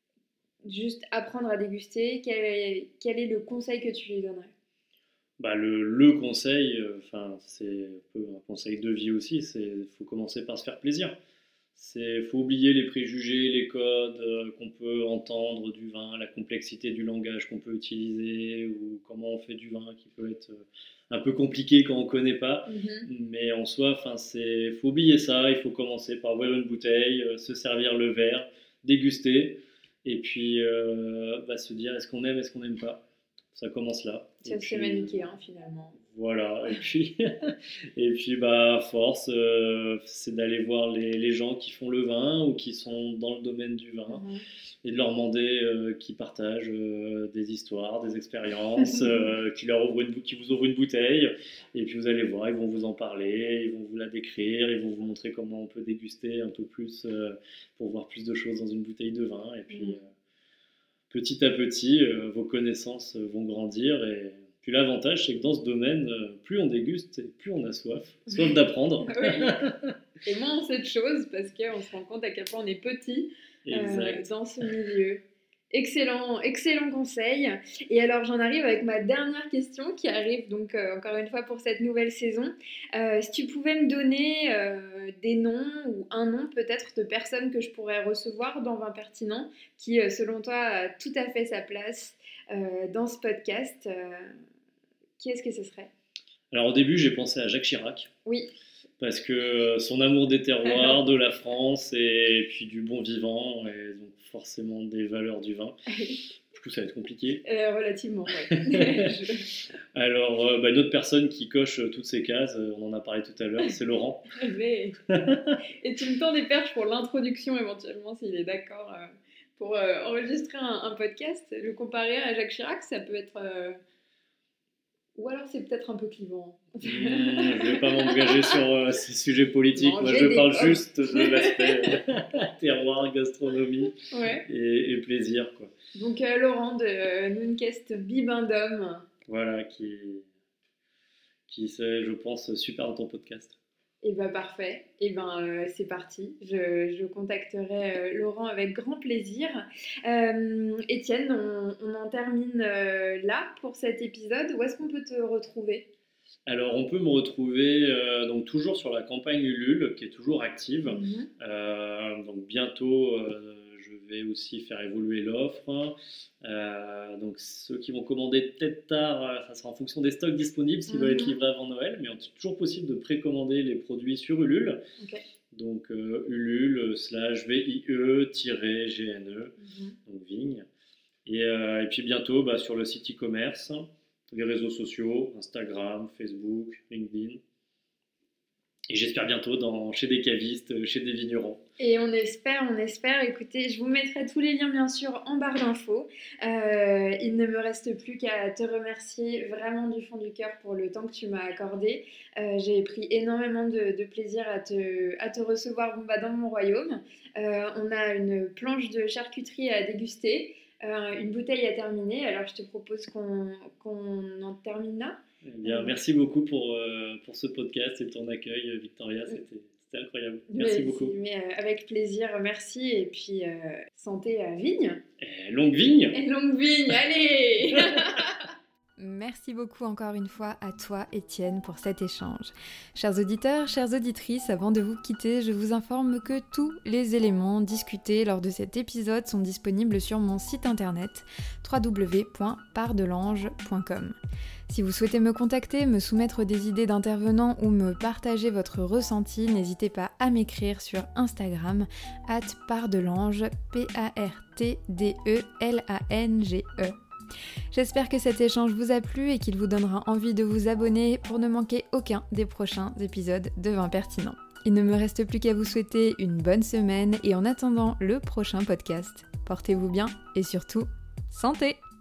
juste apprendre à déguster, quel est, quel est le conseil que tu lui donnerais ? Bah le, le conseil, enfin euh, c'est un peu un conseil de vie aussi, c'est faut commencer par se faire plaisir. Il faut oublier les préjugés, les codes euh, qu'on peut entendre du vin, la complexité du langage qu'on peut utiliser ou comment on fait du vin qui peut être euh, un peu compliqué quand on ne connaît pas. Mm-hmm. Mais en soi, il faut oublier ça, il faut commencer par ouvrir une bouteille, euh, se servir le verre, déguster et puis euh, bah, se dire est-ce qu'on aime, est-ce qu'on n'aime pas. Ça commence là. C'est assez manichéen hein, finalement. Voilà, et puis, et puis bah, à force, euh, c'est d'aller voir les, les gens qui font le vin ou qui sont dans le domaine du vin mmh. et de leur demander euh, qu'ils partagent euh, des histoires, des expériences, euh, qui, leur ouvrent une, qui vous ouvrent une bouteille, et puis vous allez voir, ils vont vous en parler, ils vont vous la décrire, ils vont vous montrer comment on peut déguster un peu plus euh, pour voir plus de choses dans une bouteille de vin, et puis mmh. euh, petit à petit, euh, vos connaissances vont grandir et puis l'avantage, c'est que dans ce domaine, plus on déguste, plus on a soif, soif d'apprendre. Oui. Et moins on sait de choses parce qu'on se rend compte à quel point on est petit euh, dans ce milieu. Excellent, excellent conseil. Et alors j'en arrive avec ma dernière question qui arrive donc euh, encore une fois pour cette nouvelle saison. Euh, si tu pouvais me donner euh, des noms ou un nom peut-être de personnes que je pourrais recevoir dans Vin Pertinent qui euh, selon toi a tout à fait sa place euh, dans ce podcast. Euh, Qui est-ce que ce serait ? Alors au début, j'ai pensé à Jacques Chirac. Oui. Parce que son amour des terroirs, de la France et puis du bon vivant et donc forcément des valeurs du vin. Du coup, ça va être compliqué. Euh, relativement, oui. Alors, euh, bah, une autre personne qui coche toutes ces cases, on en a parlé tout à l'heure, c'est Laurent. Mais... Et tu me tends des perches pour l'introduction éventuellement, s'il est d'accord, euh, pour euh, enregistrer un, un podcast. Le comparer à Jacques Chirac, ça peut être... Euh... Ou alors c'est peut-être un peu clivant. Mmh, je ne vais pas m'engager sur euh, ces sujets politiques. Non, Moi, je parle pommes. juste de l'aspect euh, terroir, gastronomie ouais. et, et plaisir. Quoi. Donc, euh, Laurent de euh, Nunkest Bibendum. Voilà, qui, qui c'est, je pense, super dans ton podcast. Et bien, parfait. Et bien, euh, c'est parti. Je, je contacterai euh, Laurent avec grand plaisir. Euh, Étienne, on, on en termine euh, là pour cet épisode. Où est-ce qu'on peut te retrouver ? Alors, on peut me retrouver euh, donc toujours sur la campagne Ulule, qui est toujours active. Mm-hmm. Euh, donc, bientôt, euh, je vais aussi faire évoluer l'offre. Euh, donc, ceux qui vont commander peut-être tard, ça sera en fonction des stocks disponibles, s'ils mm-hmm. veulent être livrés avant Noël. Mais c'est toujours possible de précommander les produits sur Ulule. Okay. Donc, euh, Ulule slash V I E G N E, mm-hmm. donc Vigne. Et, euh, et puis bientôt, bah, sur le site e-commerce. Les réseaux sociaux, Instagram, Facebook, LinkedIn. et j'espère bientôt dans, chez des cavistes, chez des vignerons. Et on espère, on espère. Écoutez, je vous mettrai tous les liens bien sûr en barre d'infos. Euh, il ne me reste plus qu'à te remercier vraiment du fond du cœur pour le temps que tu m'as accordé. Euh, j'ai pris énormément de, de plaisir à te, à te recevoir bon, bah, dans mon royaume. Euh, on a une planche de charcuterie à déguster, euh, une bouteille à terminer. Alors je te propose qu'on, qu'on en termine là. Eh bien, merci beaucoup pour, euh, pour ce podcast et ton accueil, Victoria. C'était... C'était incroyable. Merci mais, beaucoup. Mais euh, avec plaisir, merci. Et puis, euh, santé à vigne. Et longue vigne. Et longue vigne, allez. Merci beaucoup encore une fois à toi, Étienne, pour cet échange. Chers auditeurs, chères auditrices, avant de vous quitter, je vous informe que tous les éléments discutés lors de cet épisode sont disponibles sur mon site internet w w w point pardelange point com. Si vous souhaitez me contacter, me soumettre des idées d'intervenants ou me partager votre ressenti, n'hésitez pas à m'écrire sur Instagram arobase pardelange, P A R T D E L A N G E. J'espère que cet échange vous a plu et qu'il vous donnera envie de vous abonner pour ne manquer aucun des prochains épisodes de Vin Pertinent. Il ne me reste plus qu'à vous souhaiter une bonne semaine et en attendant le prochain podcast, portez-vous bien et surtout, santé!